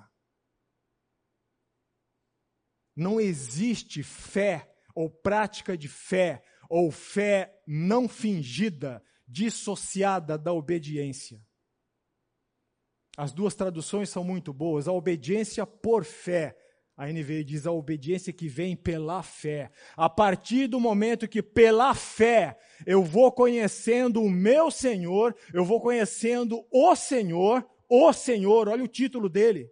Não existe fé ou prática de fé ou fé não fingida, dissociada da obediência. As duas traduções são muito boas. A obediência por fé. A NVI diz a obediência que vem pela fé. A partir do momento que pela fé eu vou conhecendo o meu Senhor, eu vou conhecendo o Senhor, o Senhor, olha o título dele.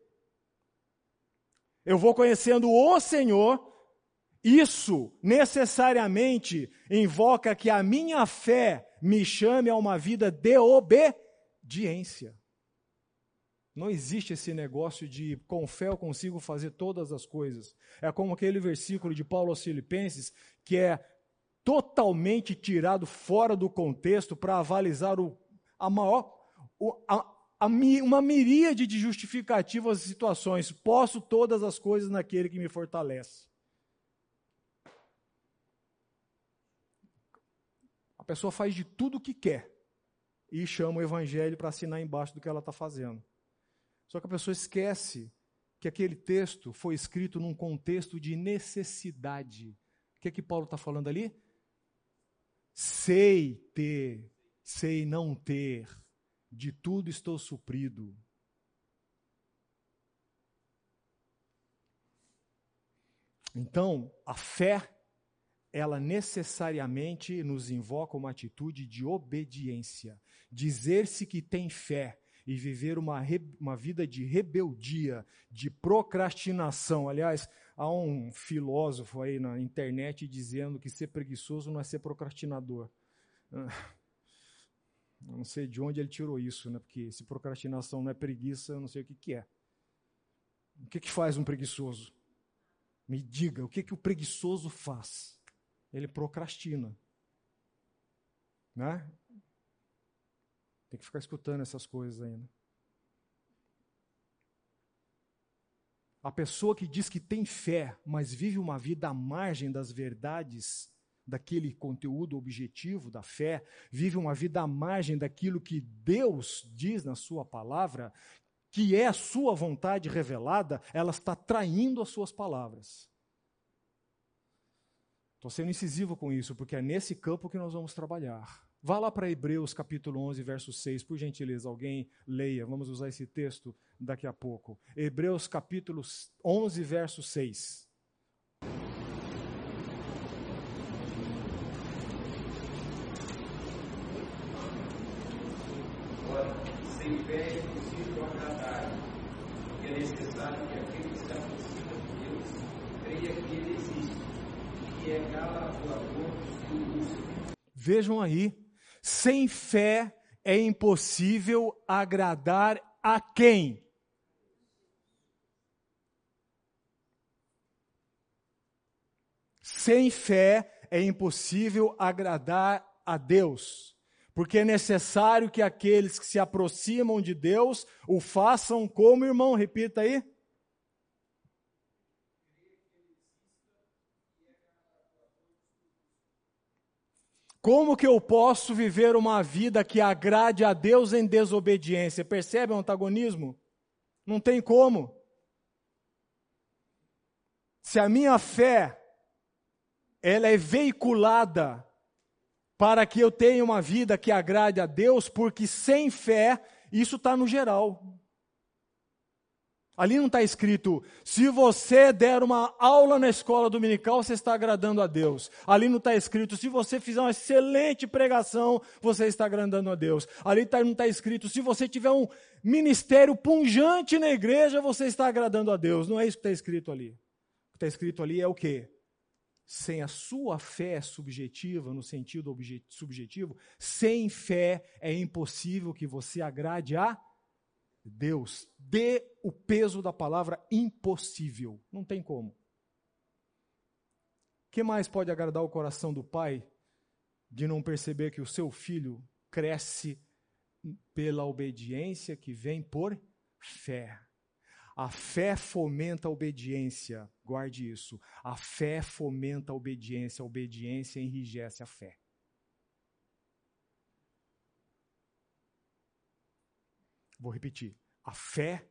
Eu vou conhecendo o Senhor, isso necessariamente invoca que a minha fé me chame a uma vida de obediência. Não existe esse negócio de com fé eu consigo fazer todas as coisas. É como aquele versículo de Paulo aos Filipenses, que é totalmente tirado fora do contexto para avalizar uma miríade de justificativas e situações. Posso todas as coisas naquele que me fortalece. A pessoa faz de tudo o que quer e chama o evangelho para assinar embaixo do que ela está fazendo. Só que a pessoa esquece que aquele texto foi escrito num contexto de necessidade. O que é que Paulo está falando ali? Sei ter, sei não ter, de tudo estou suprido. Então, a fé, ela necessariamente nos invoca uma atitude de obediência. Dizer-se que tem fé e viver uma vida de rebeldia, de procrastinação. Aliás, há um filósofo aí na internet dizendo que ser preguiçoso não é ser procrastinador. Eu não sei de onde ele tirou isso, né? Porque se procrastinação não é preguiça, eu não sei o que é. O que faz um preguiçoso? Me diga, o que o preguiçoso faz? Ele procrastina. Né? Tem que ficar escutando essas coisas ainda. A pessoa que diz que tem fé, mas vive uma vida à margem das verdades, daquele conteúdo objetivo da fé, vive uma vida à margem daquilo que Deus diz na sua palavra, que é a sua vontade revelada, ela está traindo as suas palavras. Estou sendo incisivo com isso, porque é nesse campo que nós vamos trabalhar. Vá lá para Hebreus capítulo 11, verso 6, por gentileza, alguém leia, vamos usar esse texto daqui a pouco. Hebreus capítulo 11, verso 6. Ora, sem fé é impossível agradar, porque é necessário que aquele que se aproxima de Deus creia que Ele existe, que é galardoador dos que o buscam. Vejam aí, sem fé é impossível agradar a quem? Sem fé é impossível agradar a Deus, porque é necessário que aqueles que se aproximam de Deus o façam como, irmão? Repita aí. Como que eu posso viver uma vida que agrade a Deus em desobediência? Percebe o antagonismo? Não tem como. Se a minha fé, ela é veiculada para que eu tenha uma vida que agrade a Deus, porque sem fé, isso está no geral. Ali não está escrito, se você der uma aula na escola dominical, você está agradando a Deus. Ali não está escrito, se você fizer uma excelente pregação, você está agradando a Deus. Ali não está escrito, se você tiver um ministério pungente na igreja, você está agradando a Deus. Não é isso que está escrito ali. O que está escrito ali é o quê? Sem a sua fé subjetiva, no sentido subjetivo, sem fé é impossível que você agrade a Deus. Dê o peso da palavra impossível. Não tem como. O que mais pode agradar o coração do pai de não perceber que o seu filho cresce pela obediência que vem por fé? A fé fomenta a obediência. Guarde isso. A fé fomenta a obediência enrijece a fé. Vou repetir. A fé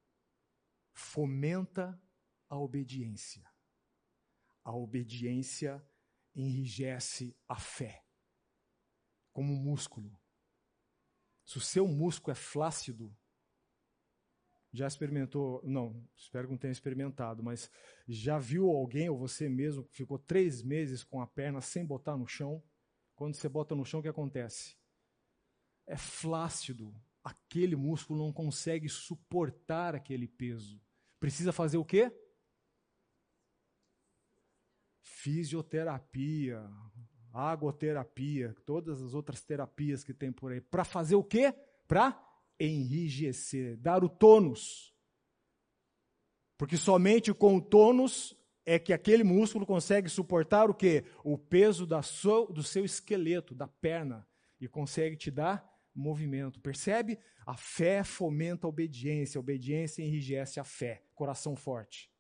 fomenta a obediência. A obediência enrijece a fé. Como um músculo. Se o seu músculo é flácido, já experimentou, não, espero que não tenha experimentado, mas já viu alguém, ou você mesmo, que ficou 3 meses com a perna sem botar no chão? Quando você bota no chão, o que acontece? É flácido. aquele músculo não consegue suportar aquele peso. Precisa fazer o quê? Fisioterapia, agoterapia, todas as outras terapias que tem por aí. Para fazer o quê? Para enrijecer, dar o tônus. Porque somente com o tônus é que aquele músculo consegue suportar o quê? O peso do seu esqueleto, da perna, e consegue te dar movimento. Percebe? A fé fomenta a obediência enrijece a fé. Coração forte.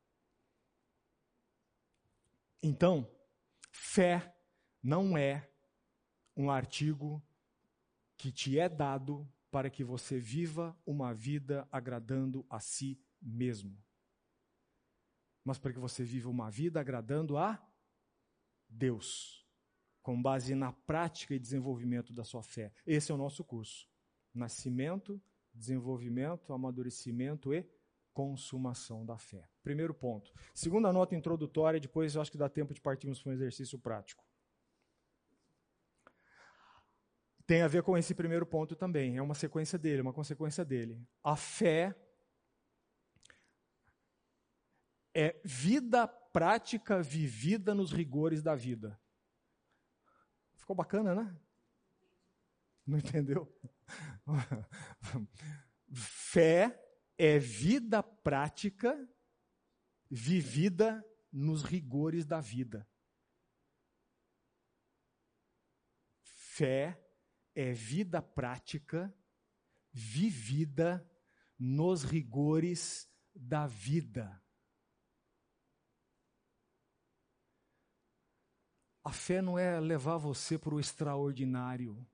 Então, fé não é um artigo que te é dado para que você viva uma vida agradando a si mesmo, mas para que você viva uma vida agradando a Deus, com base na prática e desenvolvimento da sua fé. Esse é o nosso curso. Nascimento, desenvolvimento, amadurecimento e consumação da fé. Primeiro ponto. Segunda nota introdutória, depois eu acho que dá tempo de partirmos para um exercício prático. Tem a ver com esse primeiro ponto também, é uma sequência dele, uma consequência dele. A fé é vida prática vivida nos rigores da vida. Ficou bacana, né? Não entendeu? Fé é vida prática vivida nos rigores da vida. Fé é vida prática vivida nos rigores da vida. A fé não é levar você para o extraordinário.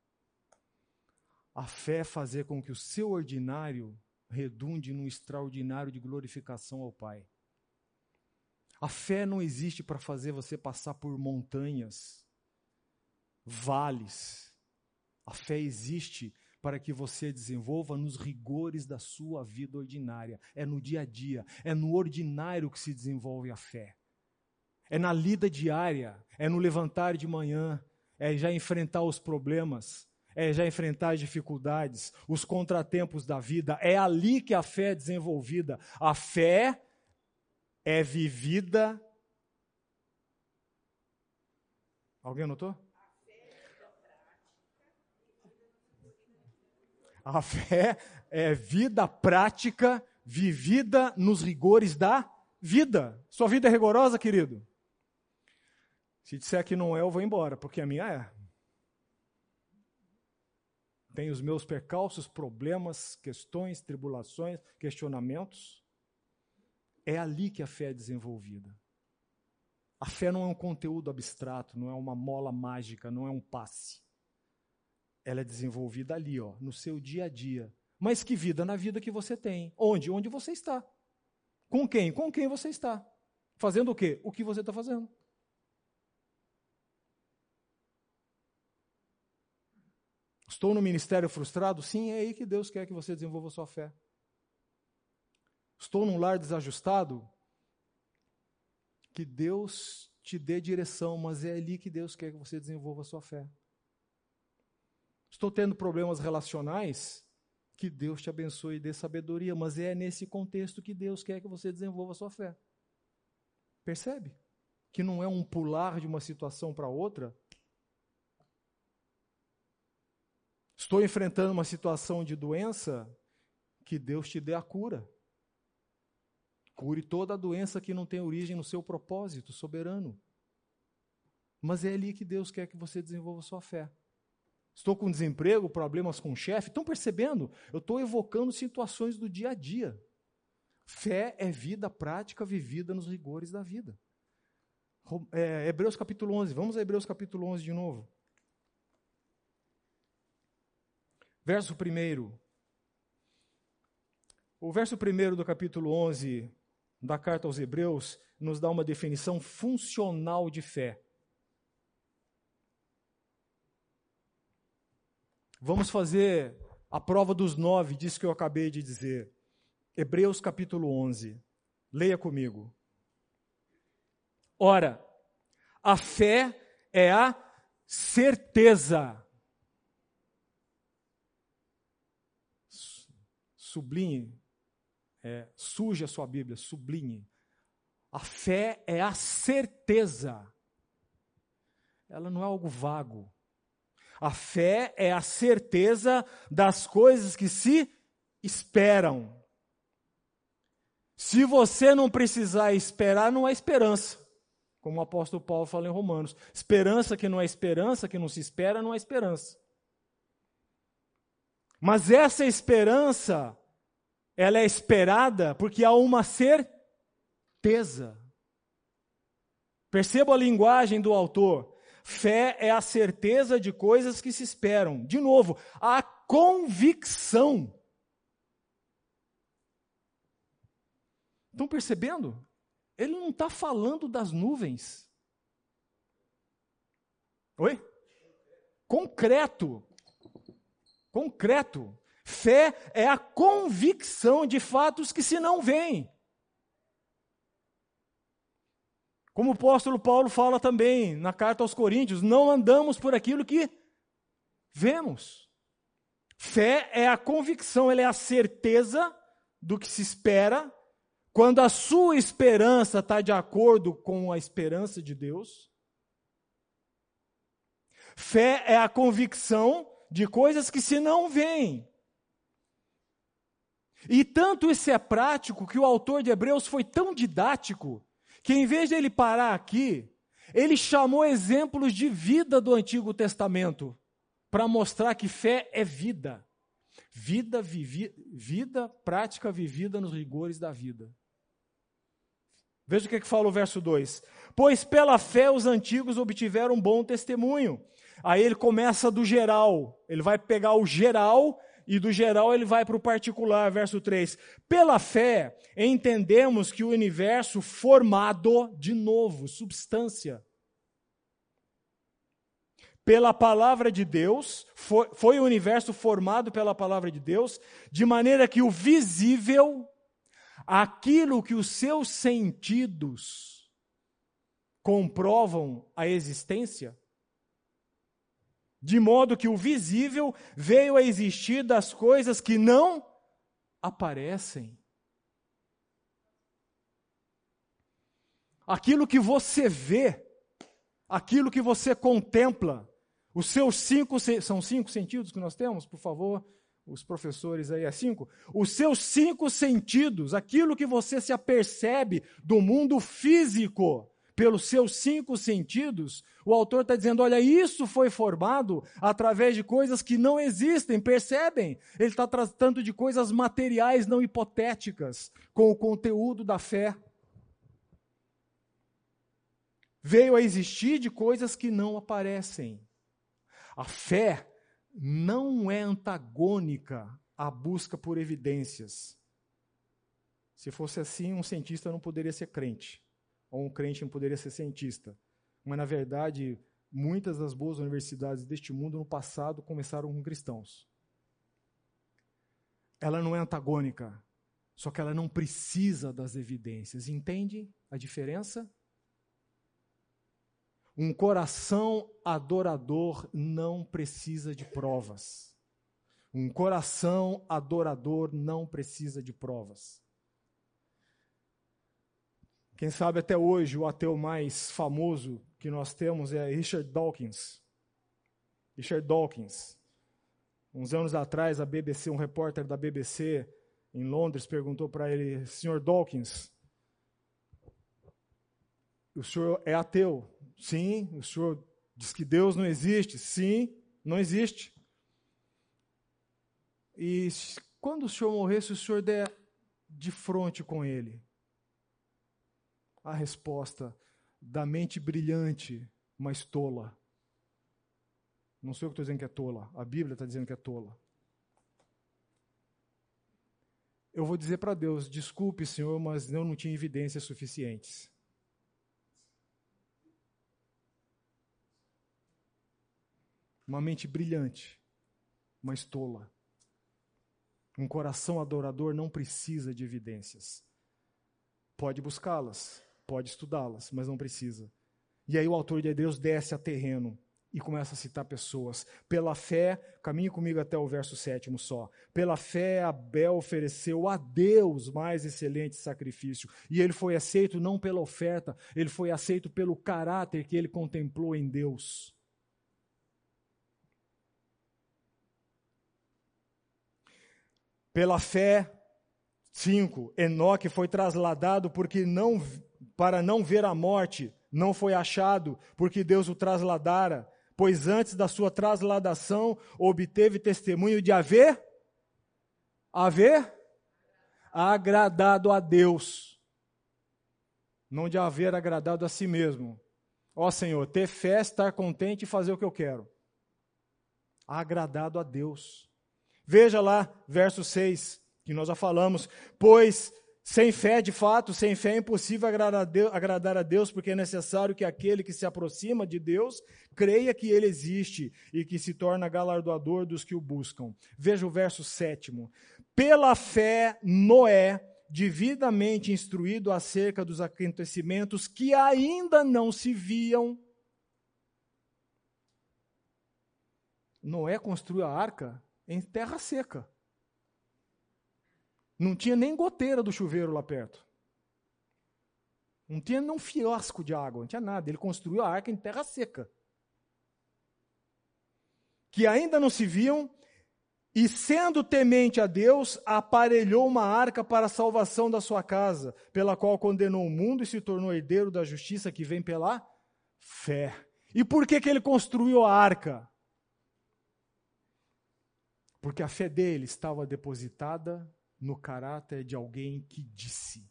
A fé é fazer com que o seu ordinário redunde num extraordinário de glorificação ao Pai. A fé não existe para fazer você passar por montanhas, vales. A fé existe para que você desenvolva nos rigores da sua vida ordinária. É no dia a dia, é no ordinário que se desenvolve a fé. É na lida diária, é no levantar de manhã, é já enfrentar os problemas, é já enfrentar as dificuldades, os contratempos da vida. É ali que a fé é desenvolvida. A fé é vivida. Alguém anotou? A fé é vida prática vivida nos rigores da vida. Sua vida é rigorosa, querido? Se disser que não é, eu vou embora, porque a minha é. Tem os meus percalços, problemas, questões, tribulações, questionamentos. É ali que a fé é desenvolvida. A fé não é um conteúdo abstrato, não é uma mola mágica, não é um passe. Ela é desenvolvida ali, ó, no seu dia a dia. Mas que vida? Na vida que você tem. Onde? Onde você está. Com quem? Com quem você está. Fazendo o quê? O que você está fazendo. Estou no ministério frustrado? Sim, é aí que Deus quer que você desenvolva a sua fé. Estou num lar desajustado? Que Deus te dê direção, mas é ali que Deus quer que você desenvolva a sua fé. Estou tendo problemas relacionais? Que Deus te abençoe e dê sabedoria, mas é nesse contexto que Deus quer que você desenvolva a sua fé. Percebe? Que não é um pular de uma situação para outra. Estou enfrentando uma situação de doença, que Deus te dê a cura. Cure toda a doença que não tem origem no seu propósito soberano. Mas é ali que Deus quer que você desenvolva a sua fé. Estou com desemprego, problemas com o chefe. Estão percebendo? Eu estou evocando situações do dia a dia. Fé é vida prática vivida nos rigores da vida. Hebreus capítulo 11. Vamos a Hebreus capítulo 11 de novo. Verso 1. O verso 1 do capítulo 11 da carta aos Hebreus nos dá uma definição funcional de fé. Vamos fazer a prova dos 9, disso que eu acabei de dizer. Hebreus capítulo 11. Leia comigo. Ora, a fé é a certeza. sublinhe, suje a sua Bíblia, sublinhe. A fé é a certeza. Ela não é algo vago. A fé é a certeza das coisas que se esperam. Se você não precisar esperar, não há esperança. Como o apóstolo Paulo fala em Romanos. Esperança que não é esperança, que não se espera, não é esperança. Mas essa esperança, ela é esperada porque há uma certeza. Perceba a linguagem do autor. Fé é a certeza de coisas que se esperam. De novo, a convicção. Estão percebendo? Ele não está falando das nuvens. Oi? Concreto. Concreto. Fé é a convicção de fatos que se não veem. Como o apóstolo Paulo fala também na carta aos Coríntios, não andamos por aquilo que vemos. Fé é a convicção, ela é a certeza do que se espera, quando a sua esperança está de acordo com a esperança de Deus. Fé é a convicção de coisas que se não veem. E tanto isso é prático que o autor de Hebreus foi tão didático que em vez de ele parar aqui, ele chamou exemplos de vida do Antigo Testamento para mostrar que fé é vida. Vida prática vivida nos rigores da vida. Veja o que fala o verso 2. Pois pela fé os antigos obtiveram um bom testemunho. Aí ele começa do geral. Ele vai pegar o geral e do geral ele vai para o particular. Verso 3. Pela fé entendemos que o universo formado, de novo, substância. Pela palavra de Deus, foi o universo formado pela palavra de Deus, de maneira que o visível, aquilo que os seus sentidos comprovam a existência, de modo que o visível veio a existir das coisas que não aparecem. Aquilo que você vê, aquilo que você contempla, os seus são 5 sentidos que nós temos, por favor, os professores aí, 5. Os seus 5 sentidos, aquilo que você se apercebe do mundo físico, pelos seus 5 sentidos, o autor está dizendo, olha, isso foi formado através de coisas que não existem, percebem? Ele está tratando de coisas materiais, não hipotéticas, com o conteúdo da fé. Veio a existir de coisas que não aparecem. A fé não é antagônica à busca por evidências. Se fosse assim, um cientista não poderia ser crente, ou um crente não poderia ser cientista. Mas, na verdade, muitas das boas universidades deste mundo, no passado, começaram com cristãos. Ela não é antagônica, só que ela não precisa das evidências. Entende a diferença? Um coração adorador não precisa de provas. Um coração adorador não precisa de provas. Quem sabe até hoje o ateu mais famoso que nós temos é Richard Dawkins. Richard Dawkins. Uns anos atrás, a BBC, um repórter da BBC em Londres perguntou para ele, Sr. Dawkins, o senhor é ateu? Sim. O senhor diz que Deus não existe? Sim, não existe. E quando o senhor morrer, se o senhor der de frente com ele? A resposta da mente brilhante, mas tola. Não sei o que estou dizendo que é tola. A Bíblia está dizendo que é tola. Eu vou dizer para Deus, desculpe, Senhor, mas eu não tinha evidências suficientes. Uma mente brilhante, mas tola. Um coração adorador não precisa de evidências. Pode buscá-las, pode estudá-las, mas não precisa. E aí o autor de Hebreus desce a terreno E começa a citar pessoas. Pela fé, caminhe comigo até o verso 7 só. Pela fé, Abel ofereceu a Deus mais excelente sacrifício. E ele foi aceito não pela oferta, ele foi aceito pelo caráter que ele contemplou em Deus. Pela fé, 5, Enoque foi trasladado para não ver a morte, não foi achado, porque Deus o trasladara, pois antes da sua trasladação obteve testemunho de haver agradado a Deus, não de haver agradado a si mesmo. Ó Senhor, ter fé, estar contente e fazer o que eu quero. Agradado a Deus. Veja lá, verso 6, que nós já falamos. Pois, sem fé, de fato, sem fé é impossível agradar a Deus, porque é necessário que aquele que se aproxima de Deus creia que Ele existe e que se torna galardoador dos que o buscam. Veja o verso 7. Pela fé, Noé, devidamente instruído acerca dos acontecimentos que ainda não se viam. Noé construiu a arca em terra seca. Não tinha nem goteira do chuveiro lá perto. Não tinha nem um fiasco de água, não tinha nada. Ele construiu a arca em terra seca. Que ainda não se viam, e sendo temente a Deus, aparelhou uma arca para a salvação da sua casa, pela qual condenou o mundo e se tornou herdeiro da justiça que vem pela fé. E por que ele construiu a arca? Porque a fé dele estava depositada no caráter de alguém que disse: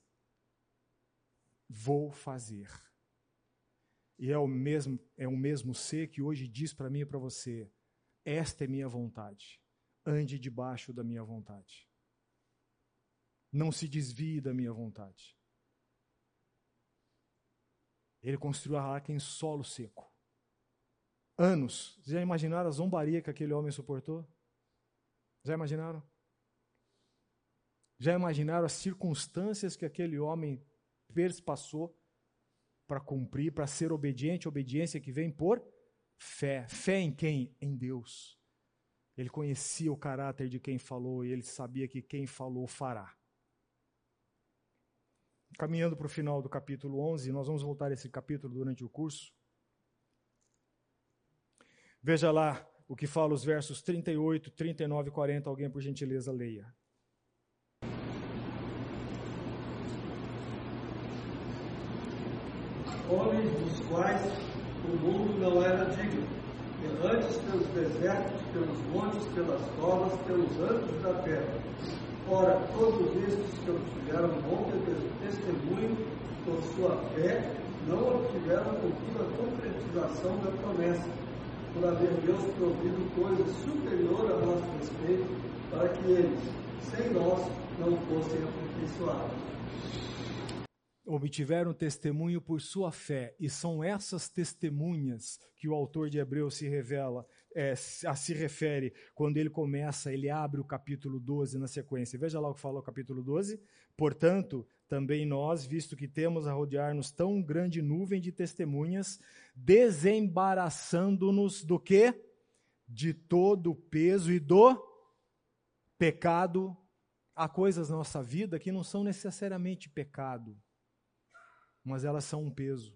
vou fazer. E é o mesmo ser que hoje diz para mim e para você: esta é minha vontade, ande debaixo da minha vontade. Não se desvie da minha vontade. Ele construiu a arca em solo seco. Anos. Já imaginaram a zombaria que aquele homem suportou? Já imaginaram? Já imaginaram as circunstâncias que aquele homem passou para cumprir, para ser obediente, obediência que vem por fé. Fé em quem? Em Deus. Ele conhecia o caráter de quem falou e ele sabia que quem falou fará. Caminhando para o final do capítulo 11, nós vamos voltar a esse capítulo durante o curso. Veja lá o que fala os versos 38, 39 e 40. Alguém, por gentileza, leia. Homens dos quais o mundo não era digno, errantes pelos desertos, pelos montes, pelas covas, pelos ângulos da terra. Ora, todos estes que obtiveram bom testemunho por sua fé, não obtiveram contudo a concretização da promessa, por haver Deus provido coisa superior a nosso respeito, para que eles, sem nós, não fossem aperfeiçoados. Obtiveram testemunho por sua fé, e são essas testemunhas que o autor de Hebreus se refere quando ele abre o capítulo 12 na sequência. Veja lá o que fala o capítulo 12. Portanto, também nós, visto que temos a rodear-nos tão grande nuvem de testemunhas, desembaraçando-nos do quê? De todo o peso e do pecado. Há coisas na nossa vida que não são necessariamente pecado, mas elas são um peso.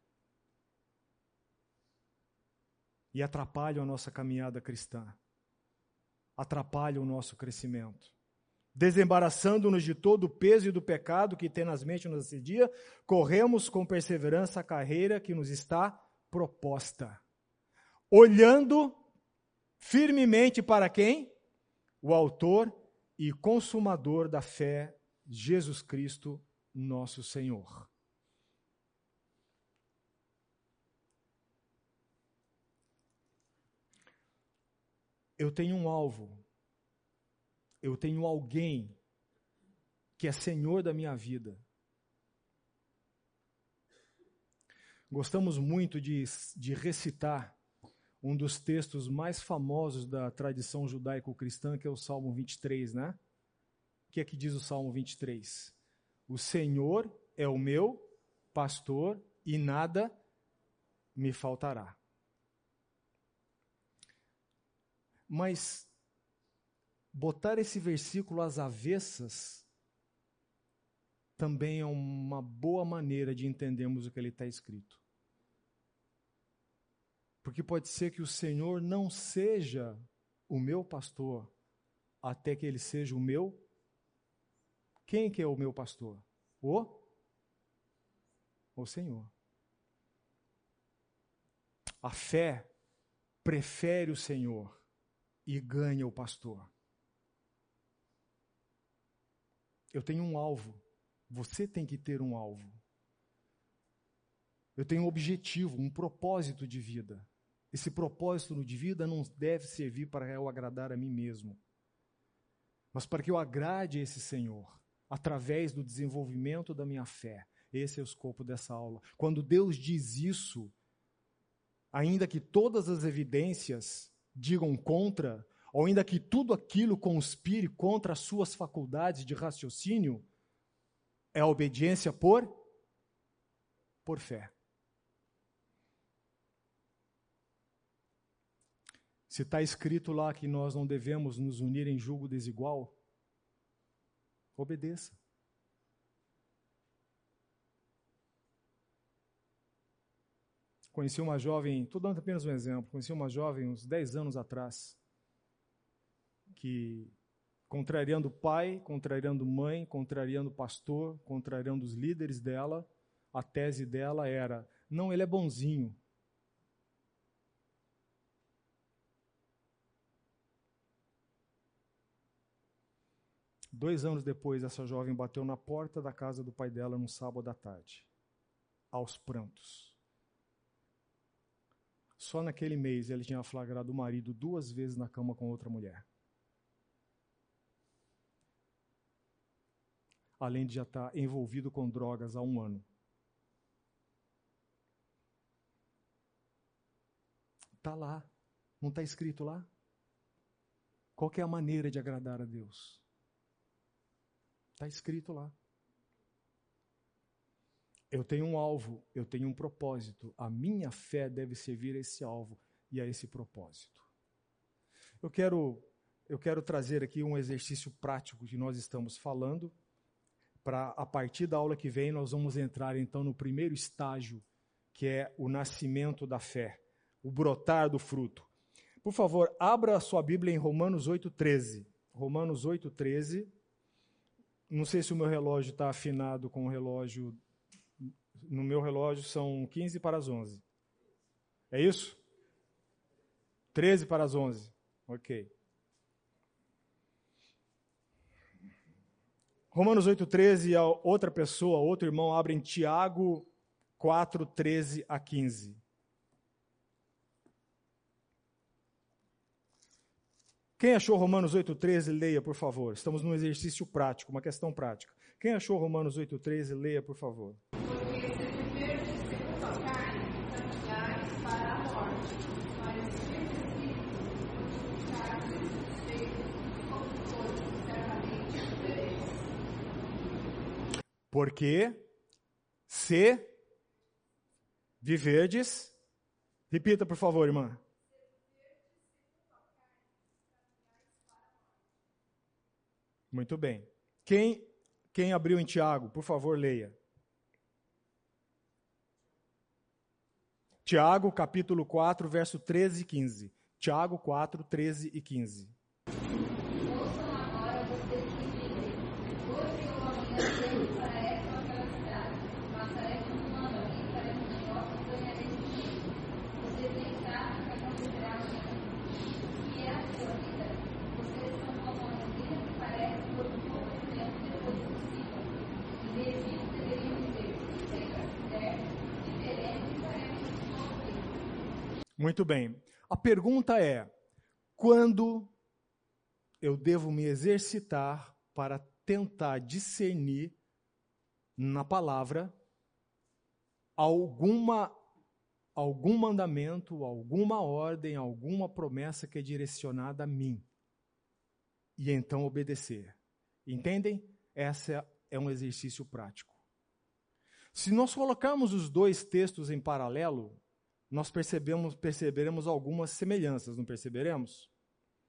E atrapalham a nossa caminhada cristã. Atrapalham o nosso crescimento. Desembaraçando-nos de todo o peso e do pecado que tenazmente nos assedia, corremos com perseverança a carreira que nos está proposta. Olhando firmemente para quem? O autor e consumador da fé, Jesus Cristo, nosso Senhor. Eu tenho um alvo, eu tenho alguém que é Senhor da minha vida. Gostamos muito de recitar um dos textos mais famosos da tradição judaico-cristã, que é o Salmo 23, né? O que é que diz o Salmo 23? O Senhor é o meu pastor e nada me faltará. Mas botar esse versículo às avessas também é uma boa maneira de entendermos o que ele está escrito. Porque pode ser que o Senhor não seja o meu pastor até que ele seja o meu. Quem que é o meu pastor? O Senhor. A fé prefere o Senhor e ganha o pastor. Eu tenho um alvo. Você tem que ter um alvo. Eu tenho um objetivo, um propósito de vida. Esse propósito de vida não deve servir para eu agradar a mim mesmo, mas para que eu agrade a esse Senhor, através do desenvolvimento da minha fé. Esse é o escopo dessa aula. Quando Deus diz isso, ainda que todas as evidências digam contra, ou ainda que tudo aquilo conspire contra as suas faculdades de raciocínio, é a obediência por fé. Se está escrito lá que nós não devemos nos unir em julgo desigual, obedeça. Conheci uma jovem, estou dando apenas um exemplo, conheci uma jovem uns 10 anos atrás, que contrariando o pai, contrariando mãe, contrariando o pastor, contrariando os líderes dela, a tese dela era, não, ele é bonzinho. Dois anos depois, essa jovem bateu na porta da casa do pai dela num sábado à tarde, aos prantos. Só naquele mês ele tinha flagrado o marido 2 vezes na cama com outra mulher. Além de já estar envolvido com drogas há 1 ano. Está lá. Não está escrito lá? Qual que é a maneira de agradar a Deus? Está escrito lá. Eu tenho um alvo, eu tenho um propósito. A minha fé deve servir a esse alvo e a esse propósito. Eu quero trazer aqui um exercício prático que nós estamos falando, para a partir da aula que vem nós vamos entrar então no primeiro estágio, que é o nascimento da fé, o brotar do fruto. Por favor, abra a sua Bíblia em Romanos 8,13. Romanos 8,13. Não sei se o meu relógio está afinado com o relógio. No meu relógio são 15 para as 11. É isso? 13 para as 11. Ok. Romanos 8,13, a outra pessoa, outro irmão, abre em Tiago 4:13 a 15. Quem achou Romanos 8,13, leia, por favor. Estamos num exercício prático, uma questão prática. Quem achou Romanos 8,13, leia, por favor. Porque se primeiro de segundo a carne, caminhais para a morte, mas se frutificar satisfeitos, como todos, certamente vereis. Porque se viverdes, repita, por favor, irmã. Muito bem. Quem abriu em Tiago, por favor, leia. Tiago, capítulo 4, verso 13 e 15. Tiago 4, 13 e 15. Ouçam agora vocês que dizem, hoje ou amanhã temos para essa ou aquela cidade, mas faremos um ano ali, faremos negócio e ganharemos dinheiro. Vocês nem sabem o que acontecerá amanhã. O que é a sua vida? Vocês são como uma neblina que parece por um pouco de tempo depois possível. E devido deveriam dizer, se o Senhor quiser, viveremos e faremos um novo tempo. Muito bem. A pergunta é, quando eu devo me exercitar para tentar discernir na palavra algum mandamento, alguma ordem, alguma promessa que é direcionada a mim? E então obedecer. Entendem? Essa é um exercício prático. Se nós colocarmos os dois textos em paralelo, nós perceberemos algumas semelhanças, não perceberemos?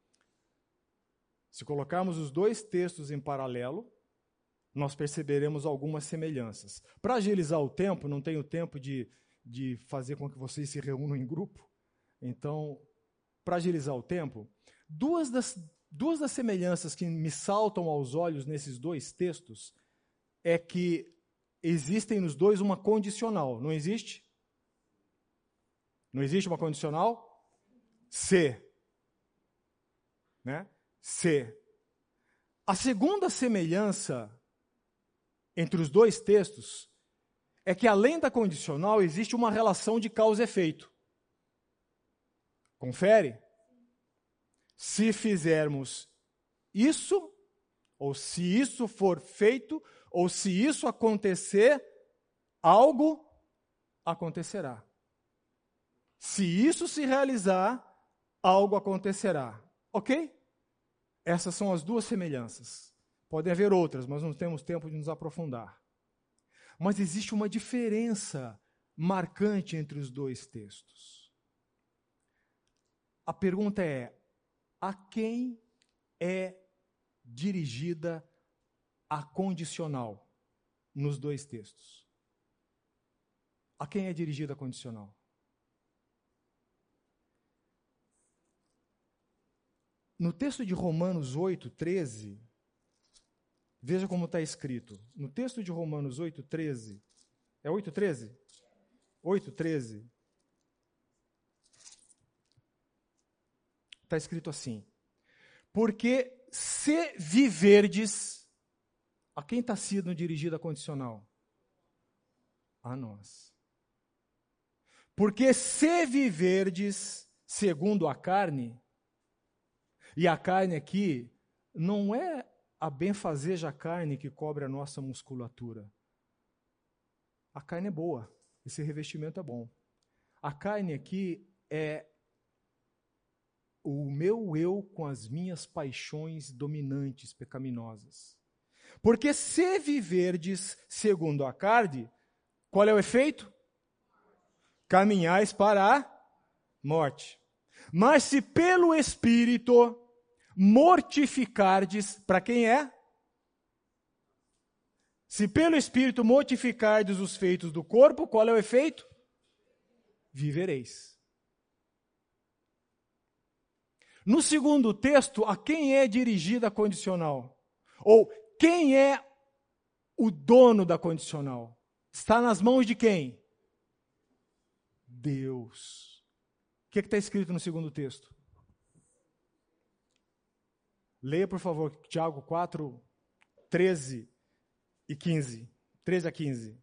Se colocarmos os dois textos em paralelo, nós perceberemos algumas semelhanças. Para agilizar o tempo, não tenho tempo de fazer com que vocês se reúnam em grupo. Então, para agilizar o tempo, duas das semelhanças que me saltam aos olhos nesses dois textos é que existem nos dois uma condicional. Não existe? Não existe uma condicional? Se. Né? Se. A segunda semelhança entre os dois textos é que, além da condicional, existe uma relação de causa e efeito. Confere? Se fizermos isso, ou se isso for feito, ou se isso acontecer, algo acontecerá. Se isso se realizar, algo acontecerá. Ok? Essas são as duas semelhanças. Podem haver outras, mas não temos tempo de nos aprofundar. Mas existe uma diferença marcante entre os dois textos. A pergunta é: a quem é dirigida a condicional nos dois textos? A quem é dirigida a condicional? No texto de Romanos 8:13, veja como está escrito. No texto de Romanos 8:13, é 8:13? 8:13. Está escrito assim: porque se viverdes, a quem está sendo dirigida a condicional? A nós. Porque se viverdes segundo a carne, e a carne aqui não é a benfazeja carne que cobre a nossa musculatura. A carne é boa, esse revestimento é bom. A carne aqui é o meu eu com as minhas paixões dominantes, pecaminosas. Porque se viverdes segundo a carne, qual é o efeito? Caminhais para a morte. Mas se pelo Espírito mortificardes, para quem é? Se pelo Espírito mortificardes os feitos do corpo, qual é o efeito? Vivereis. No segundo texto, a quem é dirigida a condicional? Ou quem é o dono da condicional? Está nas mãos de quem? Deus. O que está escrito no segundo texto? Leia, por favor, Tiago 4, 13 e 15. 13 a 15.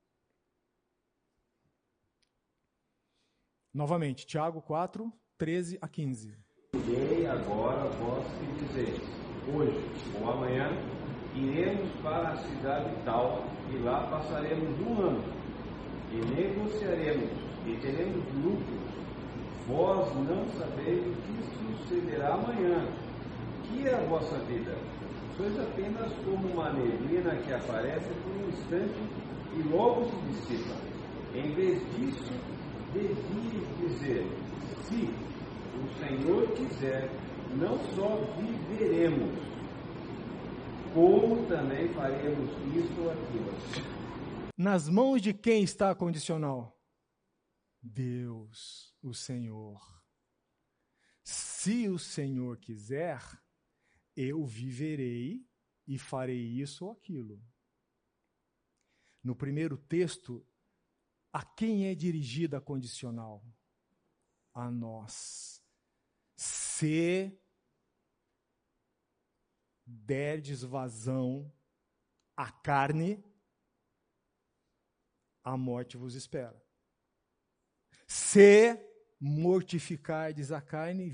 Novamente, Tiago 4, 13 a 15. E agora vós que dizeis, hoje ou amanhã, iremos para a cidade tal, e lá passaremos um ano, e negociaremos, e teremos lucros. Vós não sabeis o que sucederá amanhã. Que é a vossa vida? Sois apenas como uma neblina que aparece por um instante e logo se dissipa. Em vez disso, devias dizer, se o Senhor quiser, não só viveremos, como também faremos isso ou aquilo. Nas mãos de quem está a condicional? Deus, o Senhor. Se o Senhor quiser, eu viverei e farei isso ou aquilo. No primeiro texto, a quem é dirigida a condicional? A nós. Se derdes vazão à carne, a morte vos espera. Se mortificardes a carne,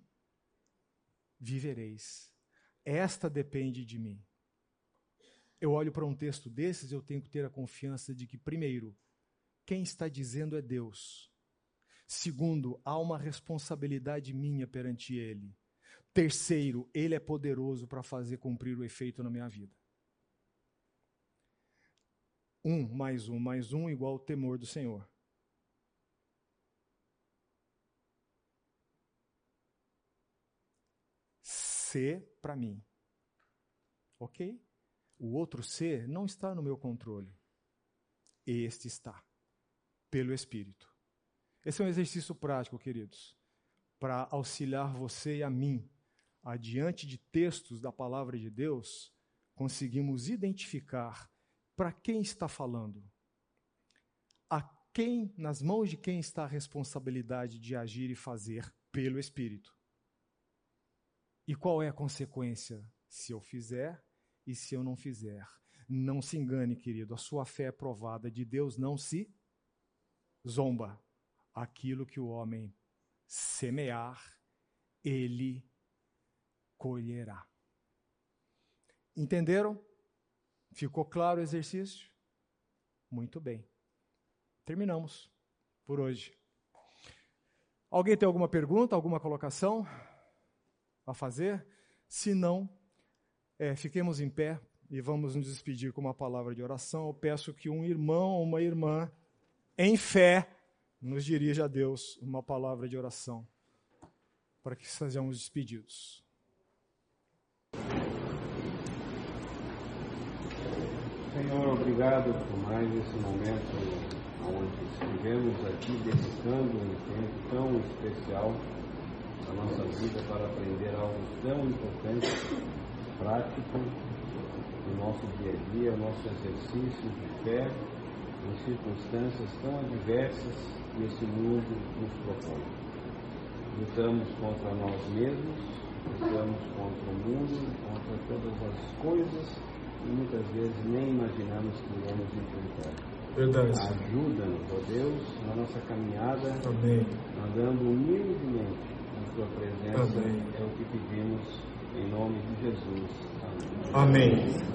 vivereis. Esta depende de mim. Eu olho para um texto desses, eu tenho que ter a confiança de que, primeiro, quem está dizendo é Deus. Segundo, há uma responsabilidade minha perante Ele. Terceiro, Ele é poderoso para fazer cumprir o efeito na minha vida. 1 mais 1 mais 1 igual ao temor do Senhor. C para mim. Ok? O outro C não está no meu controle. Este está. Pelo Espírito. Esse é um exercício prático, queridos, para auxiliar você e a mim. Adiante de textos da palavra de Deus, conseguimos identificar para quem está falando. Nas mãos de quem está a responsabilidade de agir e fazer pelo Espírito. E qual é a consequência se eu fizer e se eu não fizer? Não se engane, querido, a sua fé é provada, de Deus não se zomba. Aquilo que o homem semear, ele colherá. Entenderam? Ficou claro o exercício? Muito bem. Terminamos por hoje. Alguém tem alguma pergunta, alguma colocação a fazer? Se não, fiquemos em pé e vamos nos despedir com uma palavra de oração. Eu peço que um irmão ou uma irmã, em fé, nos dirija a Deus uma palavra de oração, para que sejamos despedidos. Senhor, obrigado por mais esse momento onde estivemos aqui dedicando um tempo tão especial à nossa vida para aprender algo tão importante, prático, no nosso dia a dia, o nosso exercício de fé, em circunstâncias tão adversas que esse mundo nos propõe. Lutamos contra nós mesmos, lutamos contra o mundo, contra todas as coisas e muitas vezes nem imaginamos que iremos enfrentar. Verdade. Ajuda-nos, ó Deus, na nossa caminhada, Amém. andando humildemente na Tua presença. Amém. É o que pedimos em nome de Jesus. Amém. Amém.